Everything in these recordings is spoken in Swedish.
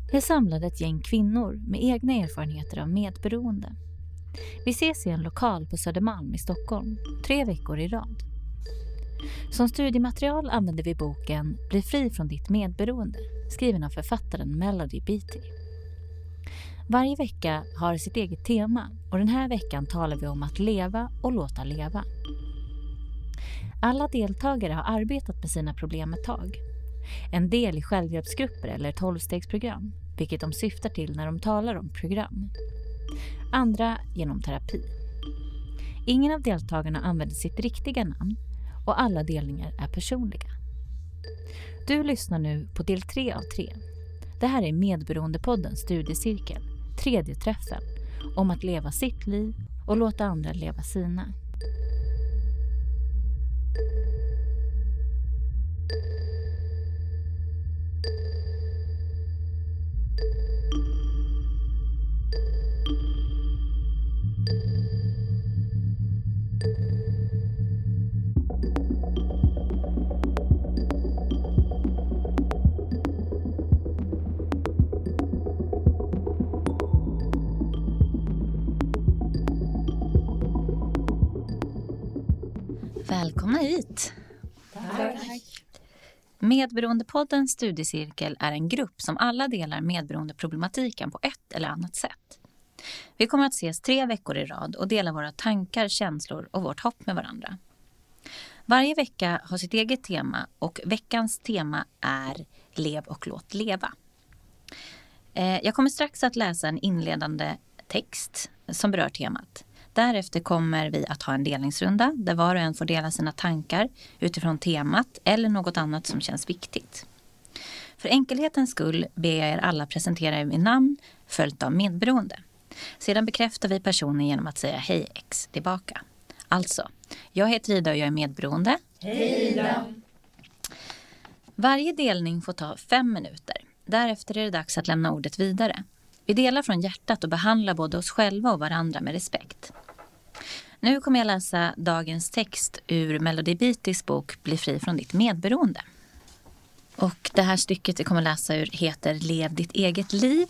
Jag samlade ett gäng kvinnor med egna erfarenheter av medberoende. Vi ses i en lokal på Södermalm i Stockholm 3 veckor i rad. Som studiematerial använder vi boken Bli fri från ditt medberoende, skriven av författaren Melody Beattie. Varje vecka har sitt eget tema och den här veckan talar vi om att leva och låta leva. Alla deltagare har arbetat med sina problem ett tag. En del i självhjälpsgrupper eller 12-stegsprogram, vilket de syftar till när de talar om program. Andra genom terapi. Ingen av deltagarna använder sitt riktiga namn och alla delningar är personliga. Du lyssnar nu på del 3 av 3. Det här är Medberoendepoddens studiecirkel, 3:e träffen, om att leva sitt liv och låta andra leva sina. Välkomna hit! Tack. Medberoendepoddens studiecirkel är en grupp som alla delar medberoendeproblematiken på ett eller annat sätt. Vi kommer att ses 3 veckor i rad och dela våra tankar, känslor och vårt hopp med varandra. Varje vecka har sitt eget tema och veckans tema är Lev och låt leva. Jag kommer strax att läsa en inledande text som berör temat. Därefter kommer vi att ha en delningsrunda där var och en får dela sina tankar utifrån temat eller något annat som känns viktigt. För enkelhetens skull ber jag er alla presentera er med namn följt av medberoende. Sedan bekräftar vi personen genom att säga hej X tillbaka. Alltså, jag heter Ida och jag är medberoende. Hej Ida! Varje delning får ta 5 minuter. Därefter är det dags att lämna ordet vidare. Vi delar från hjärtat och behandlar både oss själva och varandra med respekt. Nu kommer jag läsa dagens text ur Melody Beatties bok Bli fri från ditt medberoende. Och det här stycket jag kommer läsa ur heter Lev ditt eget liv.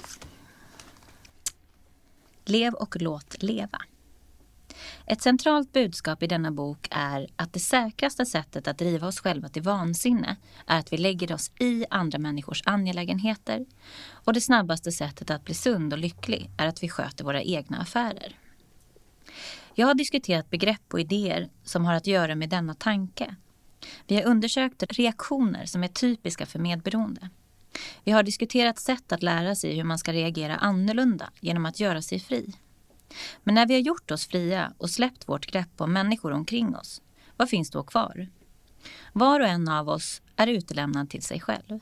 Lev och låt leva. Ett centralt budskap i denna bok är att det säkraste sättet att driva oss själva till vansinne är att vi lägger oss i andra människors angelägenheter, och det snabbaste sättet att bli sund och lycklig är att vi sköter våra egna affärer. Jag har diskuterat begrepp och idéer som har att göra med denna tanke. Vi har undersökt reaktioner som är typiska för medberoende. Vi har diskuterat sätt att lära sig hur man ska reagera annorlunda genom att göra sig fri. Men när vi har gjort oss fria och släppt vårt grepp om människor omkring oss, vad finns då kvar? Var och en av oss är utelämnad till sig själv.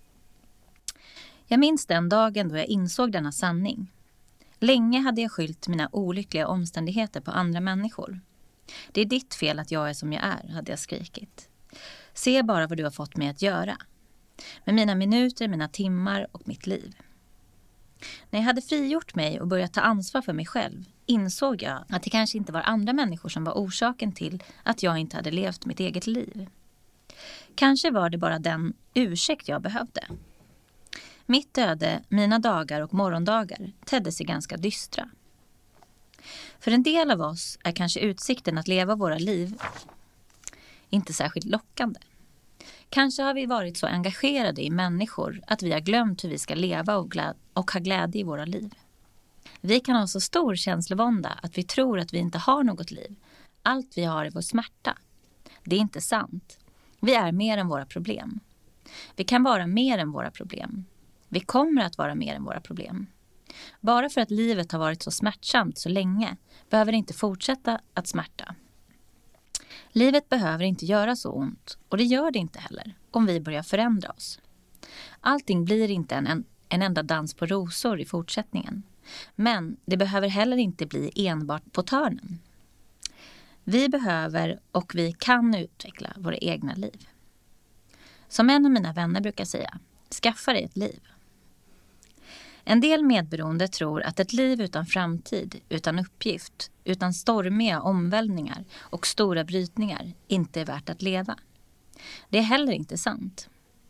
Jag minns den dagen då jag insåg denna sanning. Länge hade jag skyllt mina olyckliga omständigheter på andra människor. Det är ditt fel att jag är som jag är, hade jag skrikit. Se bara vad du har fått mig att göra. Med mina minuter, mina timmar och mitt liv. När jag hade frigjort mig och börjat ta ansvar för mig själv insåg jag att det kanske inte var andra människor som var orsaken till att jag inte hade levt mitt eget liv. Kanske var det bara den ursäkt jag behövde. Mitt öde, mina dagar och morgondagar tedde sig ganska dystra. För en del av oss är kanske utsikten att leva våra liv inte särskilt lockande. Kanske har vi varit så engagerade i människor att vi har glömt hur vi ska leva och ha glädje i våra liv. Vi kan ha så stor känslevånda att vi tror att vi inte har något liv. Allt vi har är vår smärta. Det är inte sant. Vi är mer än våra problem. Vi kan vara mer än våra problem. Vi kommer att vara mer än våra problem. Bara för att livet har varit så smärtsamt så länge behöver det inte fortsätta att smärta. Livet behöver inte göra så ont, och det gör det inte heller om vi börjar förändra oss. Allting blir inte en enda dans på rosor i fortsättningen. Men det behöver heller inte bli enbart på törnen. Vi behöver och vi kan utveckla våra egna liv. Som en av mina vänner brukar säga, skaffa dig ett liv. En del medberoende tror att ett liv utan framtid, utan uppgift, utan stormiga omvälvningar och stora brytningar inte är värt att leva. Det är heller inte sant.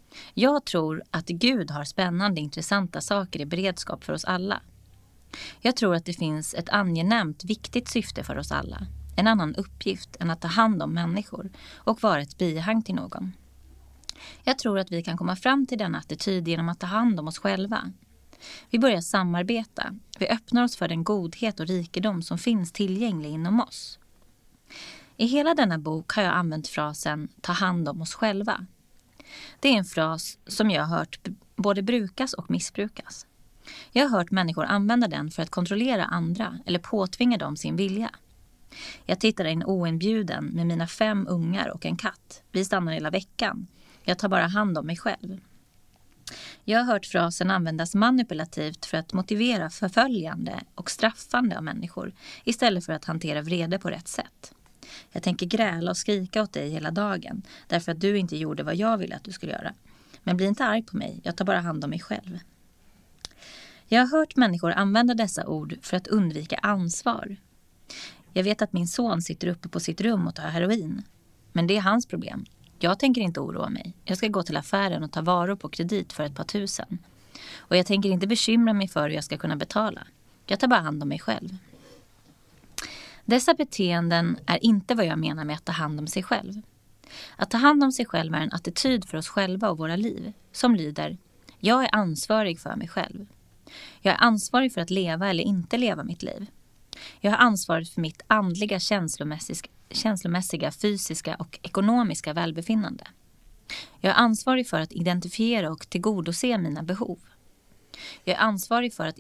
Jag tror att Gud har spännande, intressanta saker i beredskap för oss alla. Jag tror att det finns ett angenämt, viktigt syfte för oss alla. En annan uppgift än att ta hand om människor och vara ett bihang till någon. Jag tror att vi kan komma fram till denna attityd genom att ta hand om oss själva. Vi börjar samarbeta. Vi öppnar oss för den godhet och rikedom som finns tillgänglig inom oss. I hela denna bok har jag använt frasen ta hand om oss själva. Det är en fras som jag har hört både brukas och missbrukas. Jag har hört människor använda den för att kontrollera andra eller påtvinga dem sin vilja. Jag tittade in oinbjuden med mina 5 ungar och en katt. Vi stannar hela veckan. Jag tar bara hand om mig själv. Jag har hört frasen användas manipulativt för att motivera förföljande och straffande av människor istället för att hantera vrede på rätt sätt. Jag tänker gräla och skrika åt dig hela dagen därför att du inte gjorde vad jag ville att du skulle göra. Men bli inte arg på mig, jag tar bara hand om mig själv. Jag har hört människor använda dessa ord för att undvika ansvar. Jag vet att min son sitter uppe på sitt rum och tar heroin. Men det är hans problem. Jag tänker inte oroa mig. Jag ska gå till affären och ta varor på kredit för ett par tusen. Och jag tänker inte bekymra mig för hur jag ska kunna betala. Jag tar bara hand om mig själv. Dessa beteenden är inte vad jag menar med att ta hand om sig själv. Att ta hand om sig själv är en attityd för oss själva och våra liv som lyder: jag är ansvarig för mig själv. Jag är ansvarig för att leva eller inte leva mitt liv. Jag har ansvaret för mitt andliga, känslomässiga, fysiska och ekonomiska välbefinnande. Jag är ansvarig för att identifiera och tillgodose mina behov. Jag är ansvarig för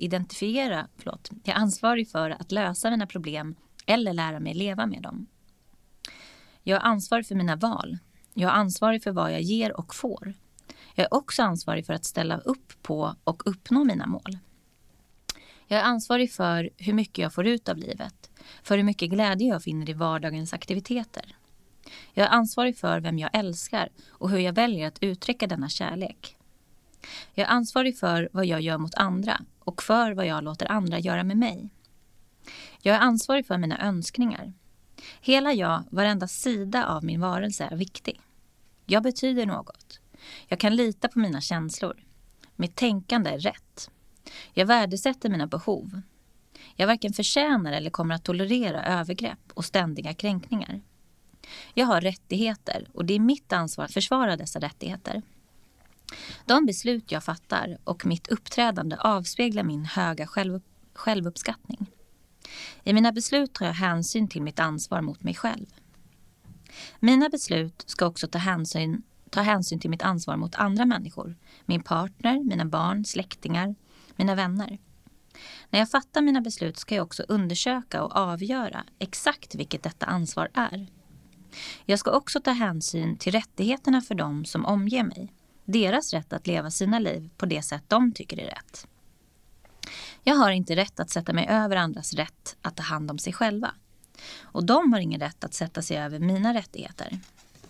att lösa mina problem eller lära mig leva med dem. Jag är ansvarig för mina val. Jag är ansvarig för vad jag ger och får. Jag är också ansvarig för att ställa upp på och uppnå mina mål. Jag är ansvarig för hur mycket jag får ut av livet, för hur mycket glädje jag finner i vardagens aktiviteter. Jag är ansvarig för vem jag älskar och hur jag väljer att uttrycka denna kärlek. Jag är ansvarig för vad jag gör mot andra och för vad jag låter andra göra med mig. Jag är ansvarig för mina önskningar. Hela jag, varenda sida av min varelse är viktig. Jag betyder något. Jag kan lita på mina känslor. Mitt tänkande är rätt. Jag värdesätter mina behov. Jag varken förtjänar eller kommer att tolerera övergrepp och ständiga kränkningar. Jag har rättigheter och det är mitt ansvar att försvara dessa rättigheter. De beslut jag fattar och mitt uppträdande avspeglar min höga självuppskattning. I mina beslut tar jag hänsyn till mitt ansvar mot mig själv. Mina beslut ska också ta hänsyn till mitt ansvar mot andra människor. Min partner, mina barn, släktingar, mina vänner. När jag fattar mina beslut ska jag också undersöka och avgöra exakt vilket detta ansvar är. Jag ska också ta hänsyn till rättigheterna för dem som omger mig. Deras rätt att leva sina liv på det sätt de tycker är rätt. Jag har inte rätt att sätta mig över andras rätt att ta hand om sig själva. Och de har ingen rätt att sätta sig över mina rättigheter.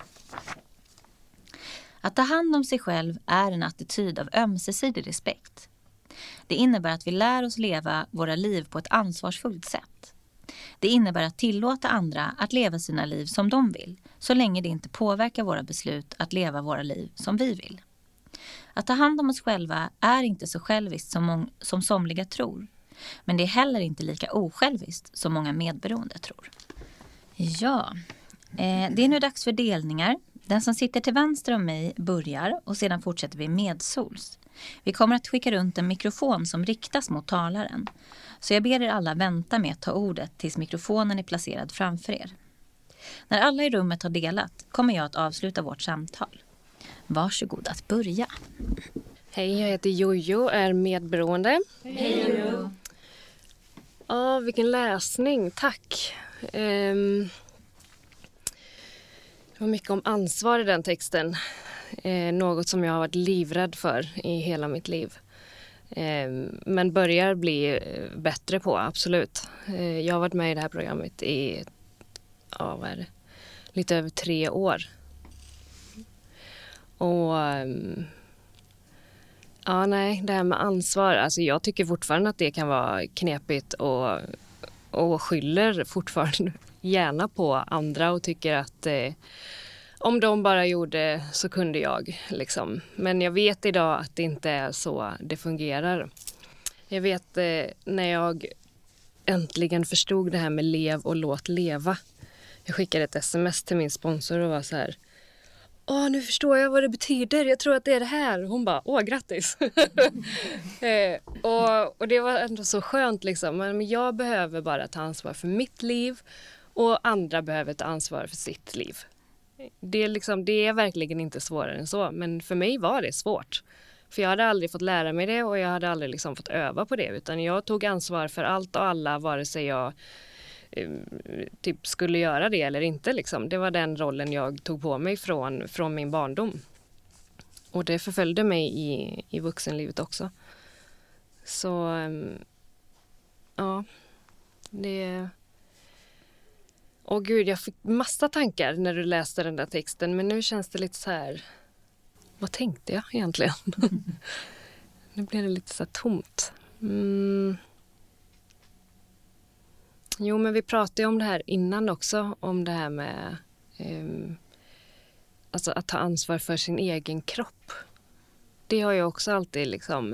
Att ta hand om sig själv är en attityd av ömsesidig respekt. Det innebär att vi lär oss leva våra liv på ett ansvarsfullt sätt. Det innebär att tillåta andra att leva sina liv som de vill, så länge det inte påverkar våra beslut att leva våra liv som vi vill. Att ta hand om oss själva är inte så själviskt som somliga tror. Men det är heller inte lika osjälviskt som många medberoende tror. Ja, det är nu dags för delningar. Den som sitter till vänster om mig börjar och sedan fortsätter vi medsols. Vi kommer att skicka runt en mikrofon som riktas mot talaren. Så jag ber er alla vänta med att ta ordet tills mikrofonen är placerad framför er. När alla i rummet har delat kommer jag att avsluta vårt samtal. Varsågod att börja. Hej, jag heter Jojo, är medberoende. Hej Jojo. Ja, vilken läsning, tack. Det var mycket om ansvar i den texten. Något som jag har varit livrädd för i hela mitt liv. Men börjar bli bättre på, absolut. Jag har varit med i det här programmet i lite över 3 år. Och det här med ansvar, alltså jag tycker fortfarande att det kan vara knepigt och skyller fortfarande gärna på andra och tycker att om de bara gjorde så kunde jag. Liksom. Men jag vet idag att det inte är så det fungerar. Jag vet när jag äntligen förstod det här med lev och låt leva. Jag skickade ett sms till min sponsor och var så här: nu förstår jag vad det betyder. Jag tror att det är det här. Hon bara, grattis. och det var ändå så skönt liksom. Men jag behöver bara ta ansvar för mitt liv och andra behöver ta ansvar för sitt liv. Det är verkligen inte svårare än så. Men för mig var det svårt. För jag hade aldrig fått lära mig det och jag hade aldrig liksom fått öva på det. Utan jag tog ansvar för allt och alla, vare sig jag typ skulle göra det eller inte. Liksom. Det var den rollen jag tog på mig från min barndom. Och det förföljde mig i vuxenlivet också. Så ja, det... Åh gud, jag fick massa tankar när du läste den där texten. Men nu känns det lite så här... Vad tänkte jag egentligen? Nu blev det lite så här tomt. Jo, men vi pratade om det här innan också. Om det här med alltså att ta ansvar för sin egen kropp. Det har jag också alltid liksom...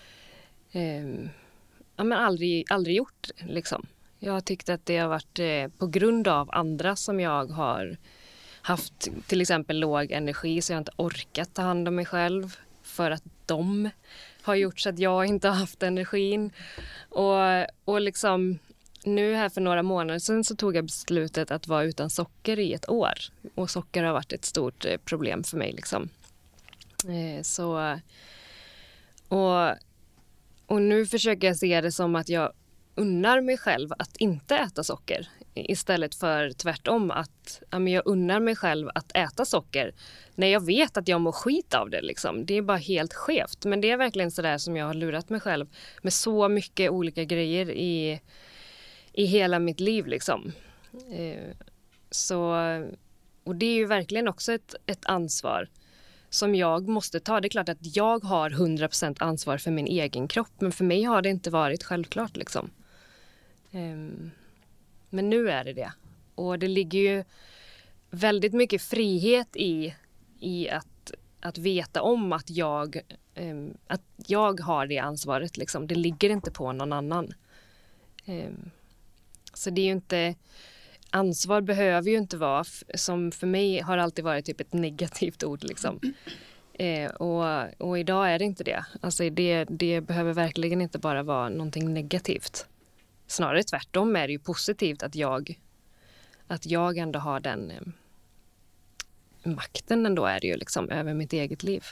men aldrig gjort liksom. Jag har tyckt att det har varit på grund av andra som jag har haft till exempel låg energi så jag har inte orkat ta hand om mig själv för att de har gjort så att jag inte har haft energin. Och liksom nu här för några månader sedan så tog jag beslutet att vara utan socker i ett år. Och socker har varit ett stort problem för mig liksom. Och nu försöker jag se det som att jag unnar mig själv att inte äta socker. Istället för tvärtom att jag unnar mig själv att äta socker när jag vet att jag mår skit av det. Liksom. Det är bara helt skevt. Men det är verkligen sådär som jag har lurat mig själv med så mycket olika grejer i hela mitt liv. Liksom. Och det är ju verkligen också ett ansvar som jag måste ta. Det är klart att jag har 100% ansvar för min egen kropp. Men för mig har det inte varit självklart. Liksom. Men nu är det. Och det ligger ju väldigt mycket frihet i att veta om att jag har det ansvaret. Liksom. Det ligger inte på någon annan. Så det är ju inte... Ansvar behöver ju inte vara, som för mig har alltid varit typ ett negativt ord. Liksom. Och idag är det inte det. Alltså det behöver verkligen inte bara vara någonting negativt. Snarare tvärtom är det ju positivt att jag ändå har den makten ändå är det ju liksom över mitt eget liv.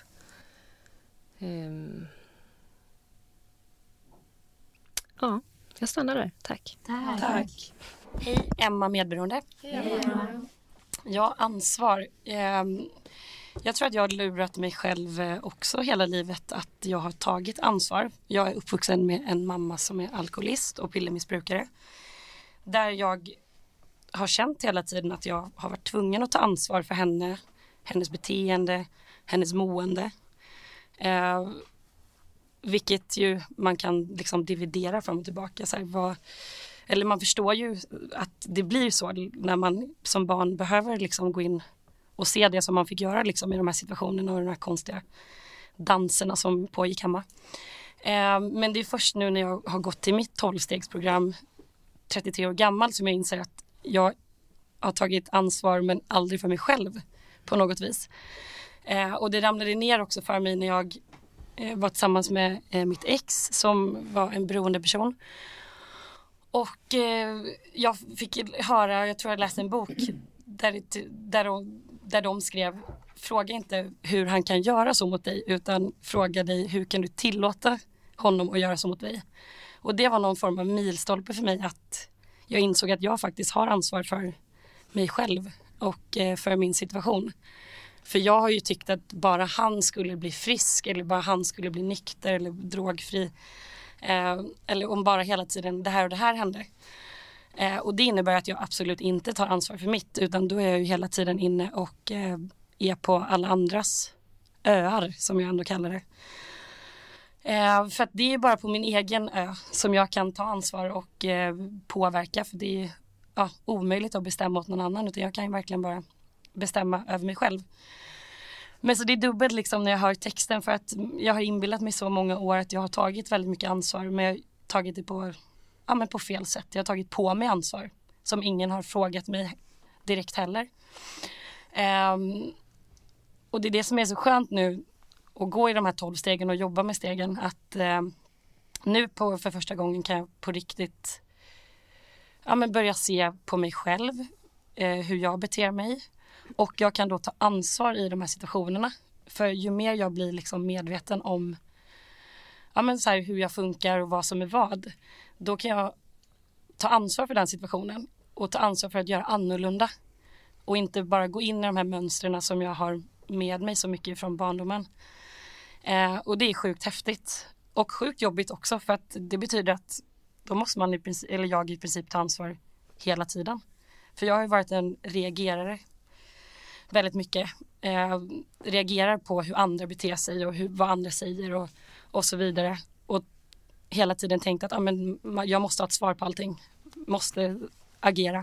Ja, jag stannar där. Tack. Tack. Hej, Emma medberoende. Ja, ansvar. Jag tror att jag har lurat mig själv också hela livet att jag har tagit ansvar. Jag är uppvuxen med en mamma som är alkoholist och pillermissbrukare. Där jag har känt hela tiden att jag har varit tvungen att ta ansvar för henne, hennes beteende, hennes mående. Vilket ju man kan liksom dividera fram och tillbaka. Så här, eller man förstår ju att det blir så när man som barn behöver liksom gå in och se det som man fick göra liksom i de här situationerna och de här konstiga danserna som pågick hemma. Men det är först nu när jag har gått till mitt 12-stegsprogram 33 år gammal som jag inser att jag har tagit ansvar men aldrig för mig själv på något vis. Och det ramlade ner också för mig när jag var tillsammans med mitt ex som var en beroende person. Och jag fick höra, jag tror jag läste en bok där de skrev: fråga inte hur han kan göra så mot dig, utan fråga dig hur kan du tillåta honom att göra så mot dig. Och det var någon form av milstolpe för mig, att jag insåg att jag faktiskt har ansvar för mig själv och för min situation. För jag har ju tyckt att bara han skulle bli frisk eller bara han skulle bli nykter eller drogfri, eller om bara hela tiden det här och det här händer. Och det innebär att jag absolut inte tar ansvar för mitt, utan då är jag ju hela tiden inne och är på alla andras öar, som jag ändå kallar det. För att det är bara på min egen ö som jag kan ta ansvar och påverka, för det är omöjligt att bestämma åt någon annan, utan jag kan ju verkligen bara bestämma över mig själv. Men så det är dubbelt liksom när jag hör texten, för att jag har inbillat mig så många år att jag har tagit väldigt mycket ansvar, men jag har tagit det på fel sätt. Jag har tagit på mig ansvar som ingen har frågat mig direkt heller. Och det är det som är så skönt nu, att gå i de här 12 stegen och jobba med stegen, att nu för första gången kan jag på riktigt börja se på mig själv, hur jag beter mig, och jag kan då ta ansvar i de här situationerna. För ju mer jag blir liksom medveten om så här, hur jag funkar och vad som är vad, då kan jag ta ansvar för den situationen och ta ansvar för att göra annorlunda och inte bara gå in i de här mönstren som jag har med mig så mycket från barndomen. Och det är sjukt häftigt och sjukt jobbigt också, för att det betyder att då måste man jag i princip ta ansvar hela tiden. För jag har ju varit en reagerare väldigt mycket. Reagerar på hur andra beter sig och vad andra säger och så vidare. Och hela tiden tänkt att jag måste ha ett svar på allting. Måste agera.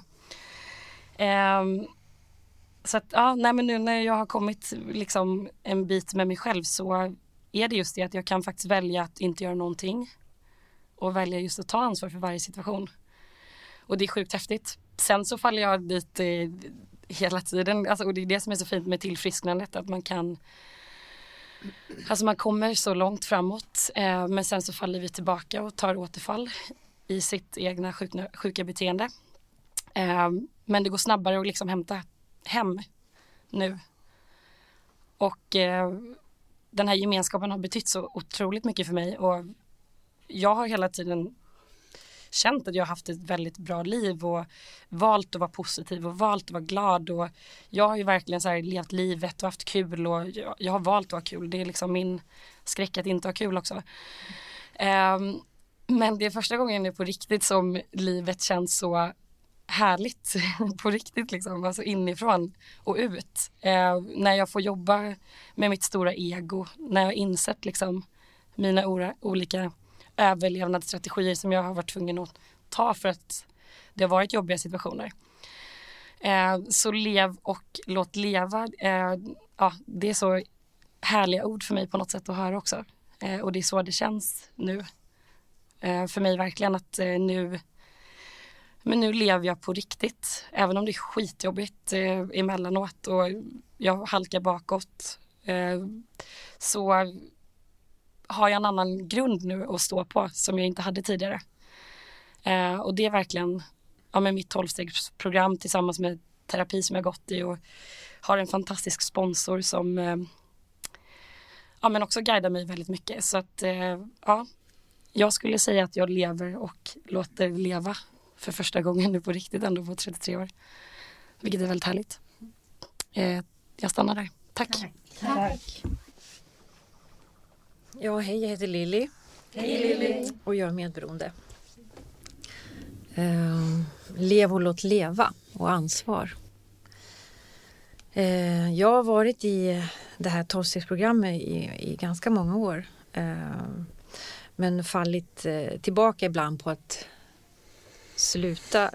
Så att men nu när jag har kommit liksom en bit med mig själv, så är det just det att jag kan faktiskt välja att inte göra någonting och välja just att ta ansvar för varje situation. Och det är sjukt häftigt. Sen så faller jag dit hela tiden. Och det är det som är så fint med tillfrisknandet, att man kan... man kommer så långt framåt, men sen så faller vi tillbaka och tar återfall i sitt egna sjuka beteende. Men det går snabbare att liksom hämta hem nu. Och den här gemenskapen har betytt så otroligt mycket för mig, och jag har hela tiden känt att jag har haft ett väldigt bra liv och valt att vara positiv och valt att vara glad, och jag har ju verkligen så här levt livet och haft kul, och jag har valt att vara kul. Det är liksom min skräck att inte ha kul också. Men det är första gången nu på riktigt som livet känns så härligt på riktigt liksom, alltså inifrån och ut. När jag får jobba med mitt stora ego, när jag har insett liksom mina olika överlevnadsstrategier som jag har varit tvungen att ta för att det har varit jobbiga situationer. Så lev och låt leva. Det är så härliga ord för mig på något sätt att höra också. Och det är så det känns nu. För mig verkligen att nu lever jag på riktigt. Även om det är skitjobbigt emellanåt och jag halkar bakåt, så har jag en annan grund nu att stå på som jag inte hade tidigare. Och det är verkligen med mitt 12-stegsprogram tillsammans med terapi som jag gått i, och har en fantastisk sponsor som men också guidar mig väldigt mycket. Så att jag skulle säga att jag lever och låter leva för första gången nu på riktigt, ändå på 33 år. Vilket är väldigt härligt. Jag stannar där. Tack. Tack. Ja, hej, jag heter Lilly. Hej Lilly. Och jag är medberoende. Lev och låt leva och ansvar. Jag har varit i det här 12-stegsprogrammet i ganska många år. Men fallit tillbaka ibland på att sluta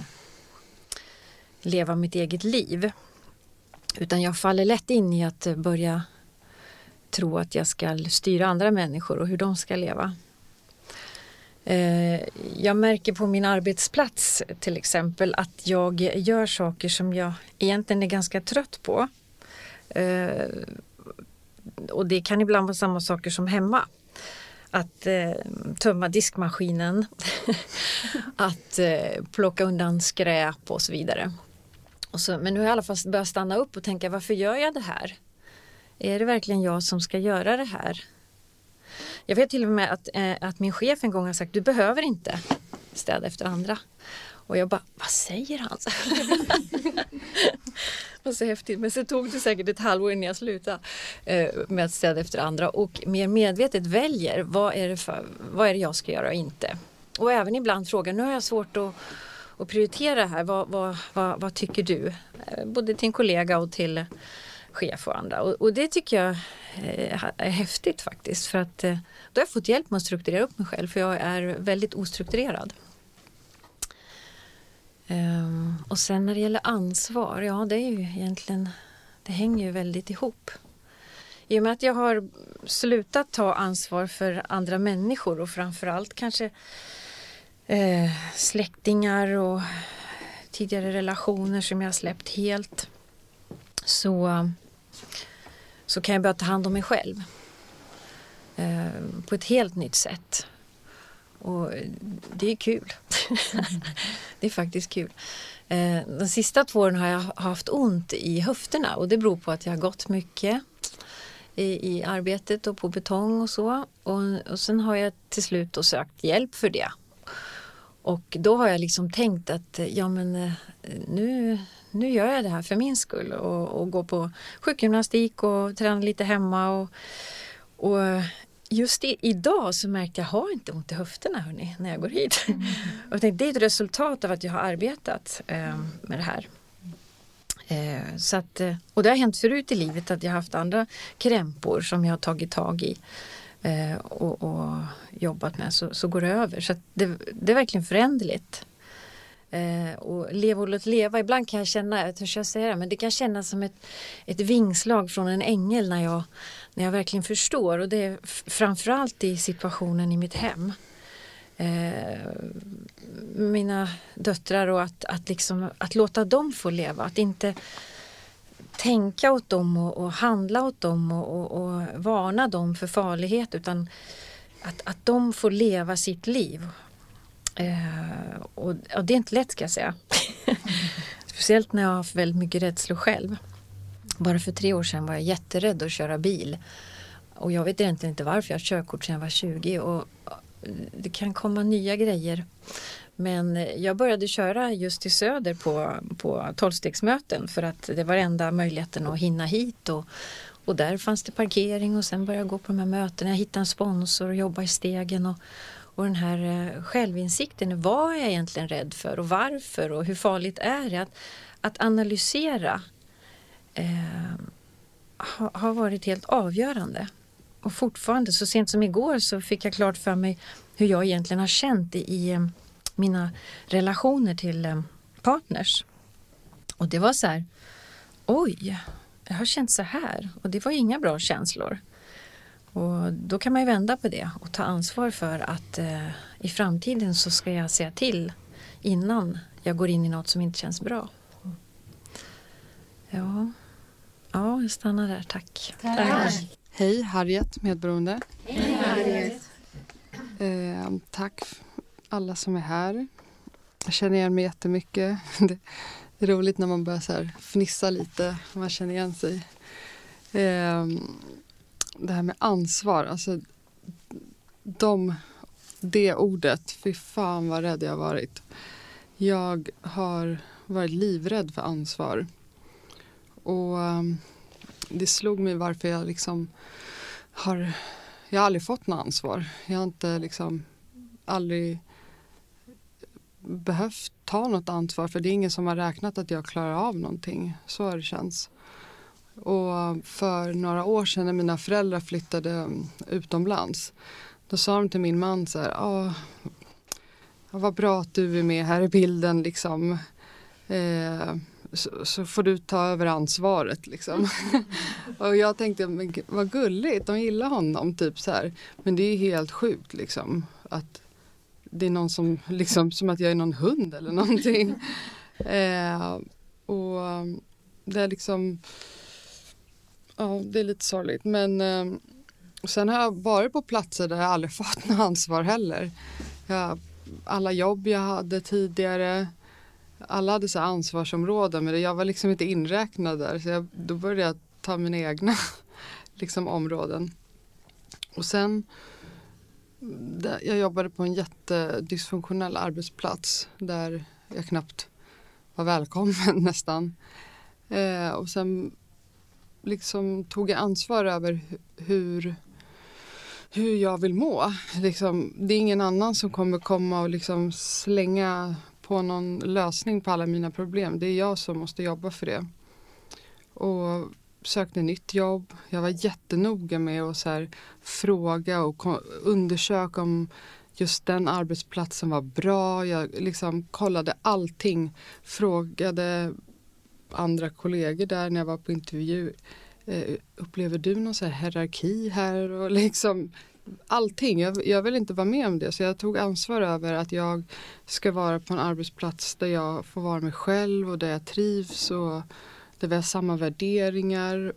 leva mitt eget liv. Utan jag faller lätt in i att börja tro att jag ska styra andra människor och hur de ska leva. Jag märker på min arbetsplats till exempel att jag gör saker som jag egentligen är ganska trött på. Och det kan ibland vara samma saker som hemma. Att tömma diskmaskinen, att plocka undan skräp och så vidare. Men nu har jag i alla fall börjat stanna upp och tänka, varför gör jag det här? Är det verkligen jag som ska göra det här? Jag vet till och med att min chef en gång har sagt, du behöver inte städa efter andra. Och jag bara, vad säger han? Vad så häftigt. Men så tog det säkert ett halvår innan jag slutade med att städa efter andra. Och mer medvetet väljer, vad är det jag ska göra och inte. Och även ibland frågar, nu har jag svårt att prioritera här. Vad tycker du? Både till en kollega och till chef och andra. Och det tycker jag är häftigt faktiskt. För att då har jag fått hjälp med att strukturera upp mig själv. För jag är väldigt ostrukturerad. Och sen när det gäller ansvar, ja det är ju egentligen, det hänger ju väldigt ihop. I och med att jag har slutat ta ansvar för andra människor och framförallt kanske släktingar och tidigare relationer som jag har släppt helt, så kan jag börja ta hand om mig själv på ett helt nytt sätt. Och det är kul. Det är faktiskt kul. De sista 2 åren har jag haft ont i höfterna och det beror på att jag har gått mycket i arbetet och på betong och så. Och sen har jag till slut då sökt hjälp för det. Och då har jag liksom tänkt att nu gör jag det här för min skull och går på sjukgymnastik och tränar lite hemma och just idag så märkte jag har inte ont i höfterna när jag går hit. Och jag tänkte, det är ett resultat av att jag har arbetat med det här. Så att, och det har hänt förut i livet att jag har haft andra krämpor som jag har tagit tag i och jobbat med, så går det över. Så att det är verkligen föränderligt. Och leva och låt leva. Ibland kan jag känna, jag törs säga det, men det kan kännas som ett vingslag från en ängel när jag verkligen förstår. Och det är framförallt i situationen i mitt hem. Mina döttrar och att låta dem få leva. Att inte tänka åt dem och handla åt dem och varna dem för farlighet, utan att de får leva sitt liv. Och det är inte lätt, ska jag säga. Speciellt när jag har haft väldigt mycket rädsla själv. Bara för 3 år sedan var jag jätterädd att köra bil. Och jag vet egentligen inte varför. Jag har körkort sedan jag var 20 och det kan komma nya grejer. Men jag började köra just i söder på 12-stegsmöten för att det var enda möjligheten att hinna hit. Och där fanns det parkering och sen började jag gå på de här mötena. Jag hittade en sponsor och jobba i stegen och den här självinsikten. Vad är jag egentligen rädd för och varför och hur farligt är det? Att analysera har varit helt avgörande. Och fortfarande, så sent som igår, så fick jag klart för mig hur jag egentligen har känt i mina relationer till partners. Och det var så här, oj, jag har känt så här. Och det var inga bra känslor. Och då kan man ju vända på det och ta ansvar för att i framtiden så ska jag säga till innan jag går in i något som inte känns bra. Ja, jag stannar där. Tack. Tack. Hej, Harriet, medberoende. Hej, Harriet. Tack alla som är här. Jag känner igen mig jättemycket. Det är roligt när man börjar så här fnissa lite. Man känner igen sig. Det här med ansvar. Alltså, det ordet. Fy fan vad rädd jag har varit. Jag har varit livrädd för ansvar. Och det slog mig varför jag liksom jag har aldrig fått något ansvar. Jag har inte aldrig behövt ta något ansvar, för det är ingen som har räknat att jag klarar av någonting. Så har det känns. Och för några år sedan när mina föräldrar flyttade utomlands, då sa de till min man så här, vad bra att du är med här i bilden liksom. Så får du ta över ansvaret liksom. Och jag tänkte, men vad gulligt, de gillar honom typ så här. Men det är helt sjukt liksom, att det är någon som liksom, som att jag är någon hund eller någonting. Och det är liksom, ja, det är lite sorgligt. Men sen har jag varit på platser där jag aldrig fått något ansvar heller. Alla jobb jag hade tidigare, alla hade så ansvarsområden, men jag var liksom inte inräknad där. Så då började jag ta mina egna liksom områden. Och sen, jag jobbade på en jättedysfunktionell arbetsplats där jag knappt var välkommen nästan. Och sen liksom tog jag ansvar över hur jag vill må. Liksom, det är ingen annan som kommer komma och liksom slänga på någon lösning på alla mina problem. Det är jag som måste jobba för det. Och sökte nytt jobb. Jag var jättenoga med att så här fråga och undersöka om just den arbetsplatsen var bra. Jag liksom kollade allting. Frågade andra kollegor där när jag var på intervju. Upplever du någon så här hierarki här? Och liksom allting. Jag vill inte vara med om det. Så jag tog ansvar över att jag ska vara på en arbetsplats där jag får vara mig själv och där jag trivs och där vi har samma värderingar.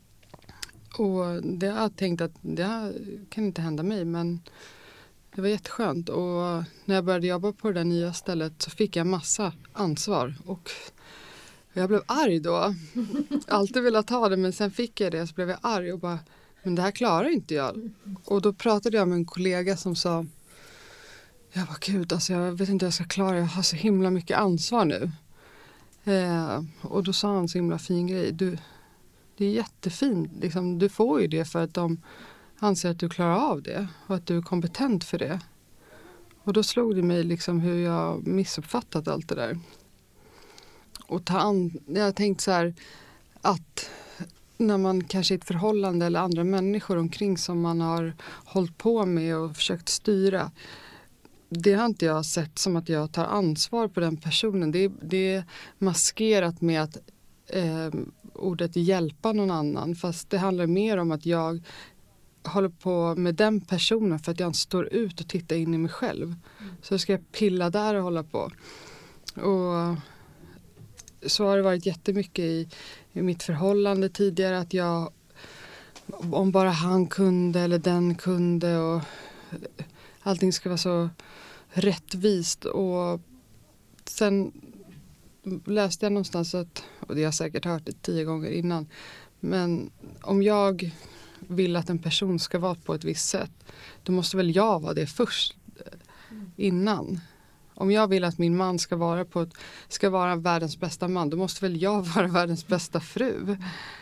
Och det har jag tänkt att det kan inte hända mig, men det var jätteskönt. Och när jag började jobba på det där nya stället så fick jag massa ansvar. Och jag blev arg då. Alltid velat ha det, men sen fick jag det så blev jag arg och bara, men det här klarar inte jag. Och då pratade jag med en kollega som sa, jag bara gud, alltså jag vet inte hur jag ska klara det. Jag har så himla mycket ansvar nu. Och då sa han så himla fin grej. Det är jättefint. Liksom, du får ju det för att de anser att du klarar av det. Och att du är kompetent för det. Och då slog det mig liksom hur jag missuppfattat allt det där. Och jag har tänkt så här att när man kanske är i ett förhållande eller andra människor omkring som man har hållit på med och försökt styra. Det har inte jag sett som att jag tar ansvar på den personen. Det är maskerat med att ordet hjälpa någon annan. Fast det handlar mer om att jag håller på med den personen för att jag inte står ut och tittar in i mig själv. Så ska jag pilla där och hålla på. Och så har det varit jättemycket i mitt förhållande tidigare. Att jag, om bara han kunde eller den kunde och allting ska vara så rättvist. Och sen läste jag någonstans att, och det har jag säkert hört det 10 gånger innan, men om jag vill att en person ska vara på ett visst sätt, då måste väl jag vara det först innan. Om jag vill att min man ska vara världens bästa man, då måste väl jag vara världens bästa fru.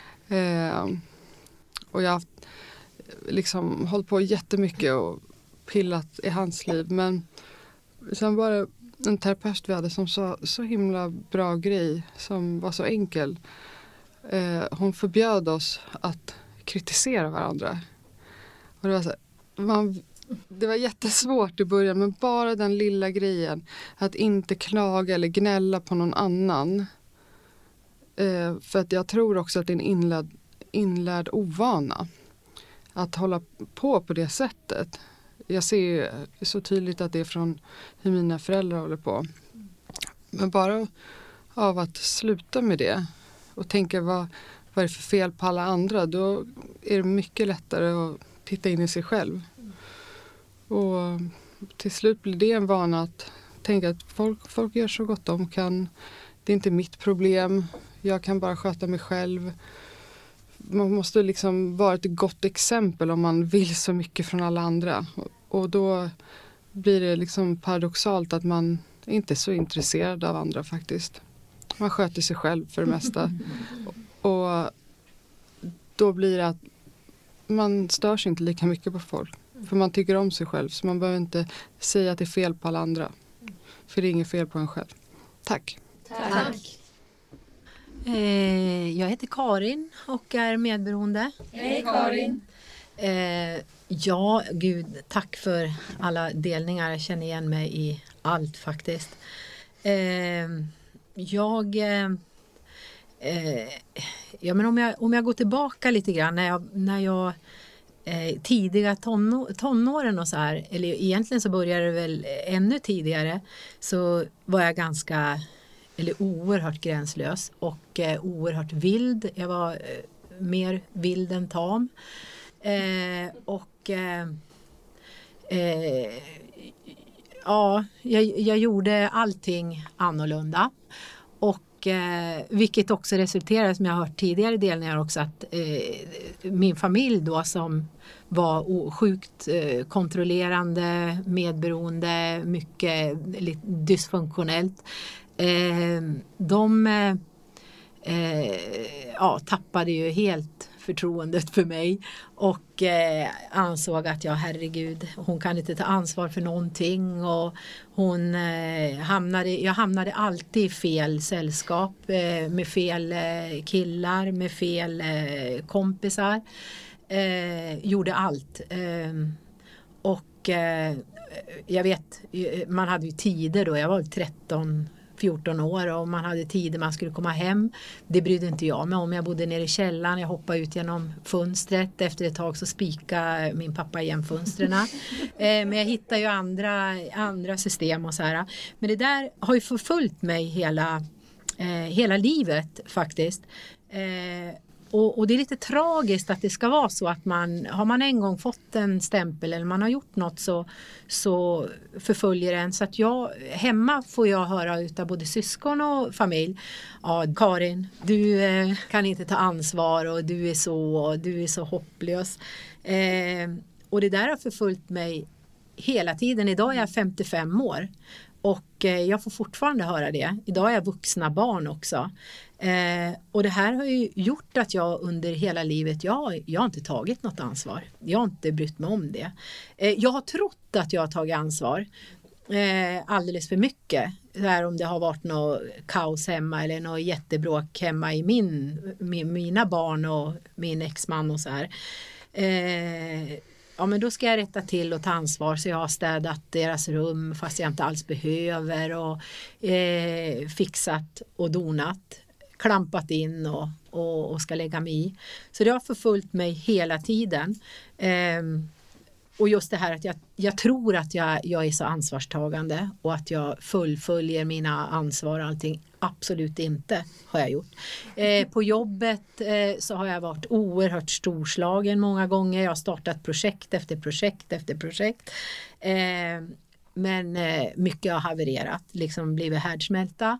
Och jag har liksom hållit på jättemycket och pillat i hans liv, men sen var det en terapeut vi hade som sa så himla bra grej som var så enkel. Hon förbjöd oss att kritisera varandra. Och det var så här, det var jättesvårt i början, men bara den lilla grejen att inte klaga eller gnälla på någon annan. För att jag tror också att det är en inlärd ovana att hålla på det sättet. Jag ser så tydligt att det är från hur mina föräldrar håller på. Men bara av att sluta med det och tänka vad är det för fel på alla andra, då är det mycket lättare att titta in i sig själv. Och till slut blir det en vana att tänka att folk gör så gott de kan. Det är inte mitt problem. Jag kan bara sköta mig själv. Man måste liksom vara ett gott exempel om man vill så mycket från alla andra. Och då blir det liksom paradoxalt att man inte är så intresserad av andra faktiskt. Man sköter sig själv för det mesta. Och då blir det att man stör sig inte lika mycket på folk. För man tycker om sig själv, så man behöver inte säga att det är fel på alla andra. För det är inget fel på en själv. Tack. Tack. Jag heter Karin och är medberoende. Hej Karin. Ja, gud, tack för alla delningar. Jag känner igen mig i allt faktiskt. Ja, men om jag går tillbaka lite grann när jag tidiga tonåren och så här, eller egentligen så började det väl ännu tidigare, så var jag oerhört gränslös och oerhört vild. Jag var mer vild än tam. Jag gjorde allting annorlunda. Och vilket också resulterade, som jag har hört tidigare delningar också, att min familj då som var sjukt kontrollerande, medberoende, mycket dysfunktionellt. De tappade ju helt förtroendet för mig och ansåg att herregud, hon kan inte ta ansvar för någonting, och jag hamnade alltid i fel sällskap med fel killar, med fel kompisar, gjorde allt och jag vet, man hade ju tider då, jag var 14 år och man hade tider man skulle komma hem. Det brydde inte jag mig om. Jag bodde nere i källaren, jag hoppade ut genom fönstret. Efter ett tag så spikade min pappa igen fönstren. Men jag hittade ju andra system och så här. Men det där har ju förföljt mig hela livet faktiskt. Och det är lite tragiskt att det ska vara så att har man en gång fått en stämpel eller man har gjort något så förföljer en. Så att hemma får jag höra utav både syskon och familj. Ja, Karin, du kan inte ta ansvar och du är så hopplös. Och det där har förföljt mig hela tiden. Idag är jag 55 år. Och jag får fortfarande höra det. Idag är jag vuxna barn också. Och det här har ju gjort att jag under hela livet, jag har inte tagit något ansvar. Jag har inte brytt mig om det. Jag har trott att jag har tagit ansvar alldeles för mycket. Där om det har varit något kaos hemma eller något jättebråk hemma i mina barn och min exman och så här. Ja, men då ska jag rätta till och ta ansvar så jag har städat deras rum fast jag inte alls behöver och fixat och donat, klampat in och ska lägga mig i. Så det har förföljt mig hela tiden. Och just det här att jag tror att jag är så ansvarstagande och att jag fullföljer mina ansvar och allting. Absolut inte har jag gjort. På jobbet så har jag varit oerhört storslagen många gånger. Jag har startat projekt efter projekt efter projekt. Men mycket har havererat, liksom blivit härdsmälta.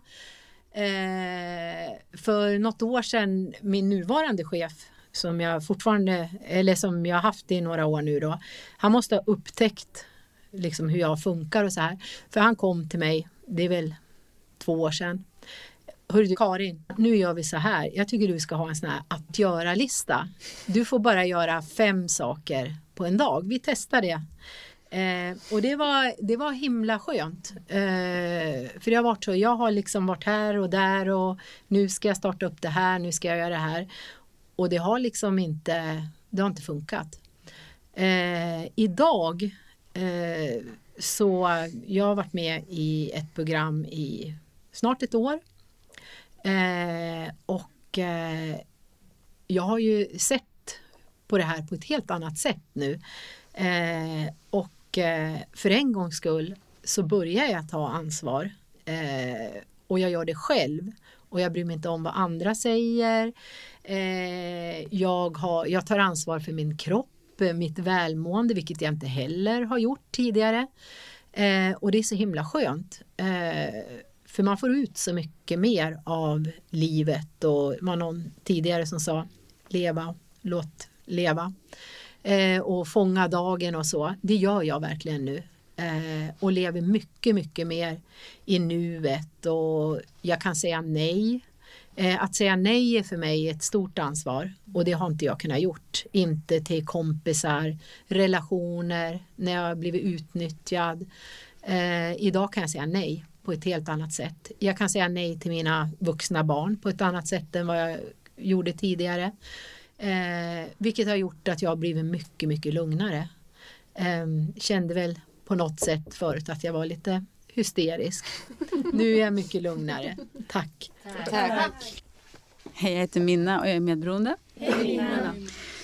För något år sedan, min nuvarande chef som jag fortfarande, eller som jag har haft i några år nu då, han måste ha upptäckt liksom hur jag funkar och så här. För han kom till mig, det är väl 2 år sedan. Hörru du Karin, nu gör vi så här. Jag tycker du ska ha en sån här att göra-lista. Du får bara göra 5 saker på en dag. Vi testar det. Och det var himla skönt. För det har varit så, jag har liksom varit här och där och nu ska jag starta upp det här, nu ska jag göra det här. Och det har liksom inte funkat. Idag så jag har varit med i ett program i snart 1 år. Och jag har ju sett på det här på ett helt annat sätt nu. Och för en gångs skull så börjar jag ta ansvar. Och jag gör det själv. Och jag bryr mig inte om vad andra säger. Jag tar ansvar för min kropp, mitt välmående, vilket jag inte heller har gjort tidigare. Och det är så himla skönt. För man får ut så mycket mer av livet. Och man någon tidigare som sa leva, låt leva. Och fånga dagen och så. Det gör jag verkligen nu. Och lever mycket, mycket mer i nuet. Och jag kan säga nej. Att säga nej är för mig ett stort ansvar. Och det har inte jag kunnat gjort. Inte till kompisar, relationer, när jag har blivit utnyttjad. Idag kan jag säga nej på ett helt annat sätt. Jag kan säga nej till mina vuxna barn på ett annat sätt än vad jag gjorde tidigare. Vilket har gjort att jag har blivit mycket, mycket lugnare. Kände väl på något sätt förut att jag var lite hysterisk. Nu är jag mycket lugnare. Tack. Tack. Hej, jag heter Minna och jag är medberoende. Hej Minna.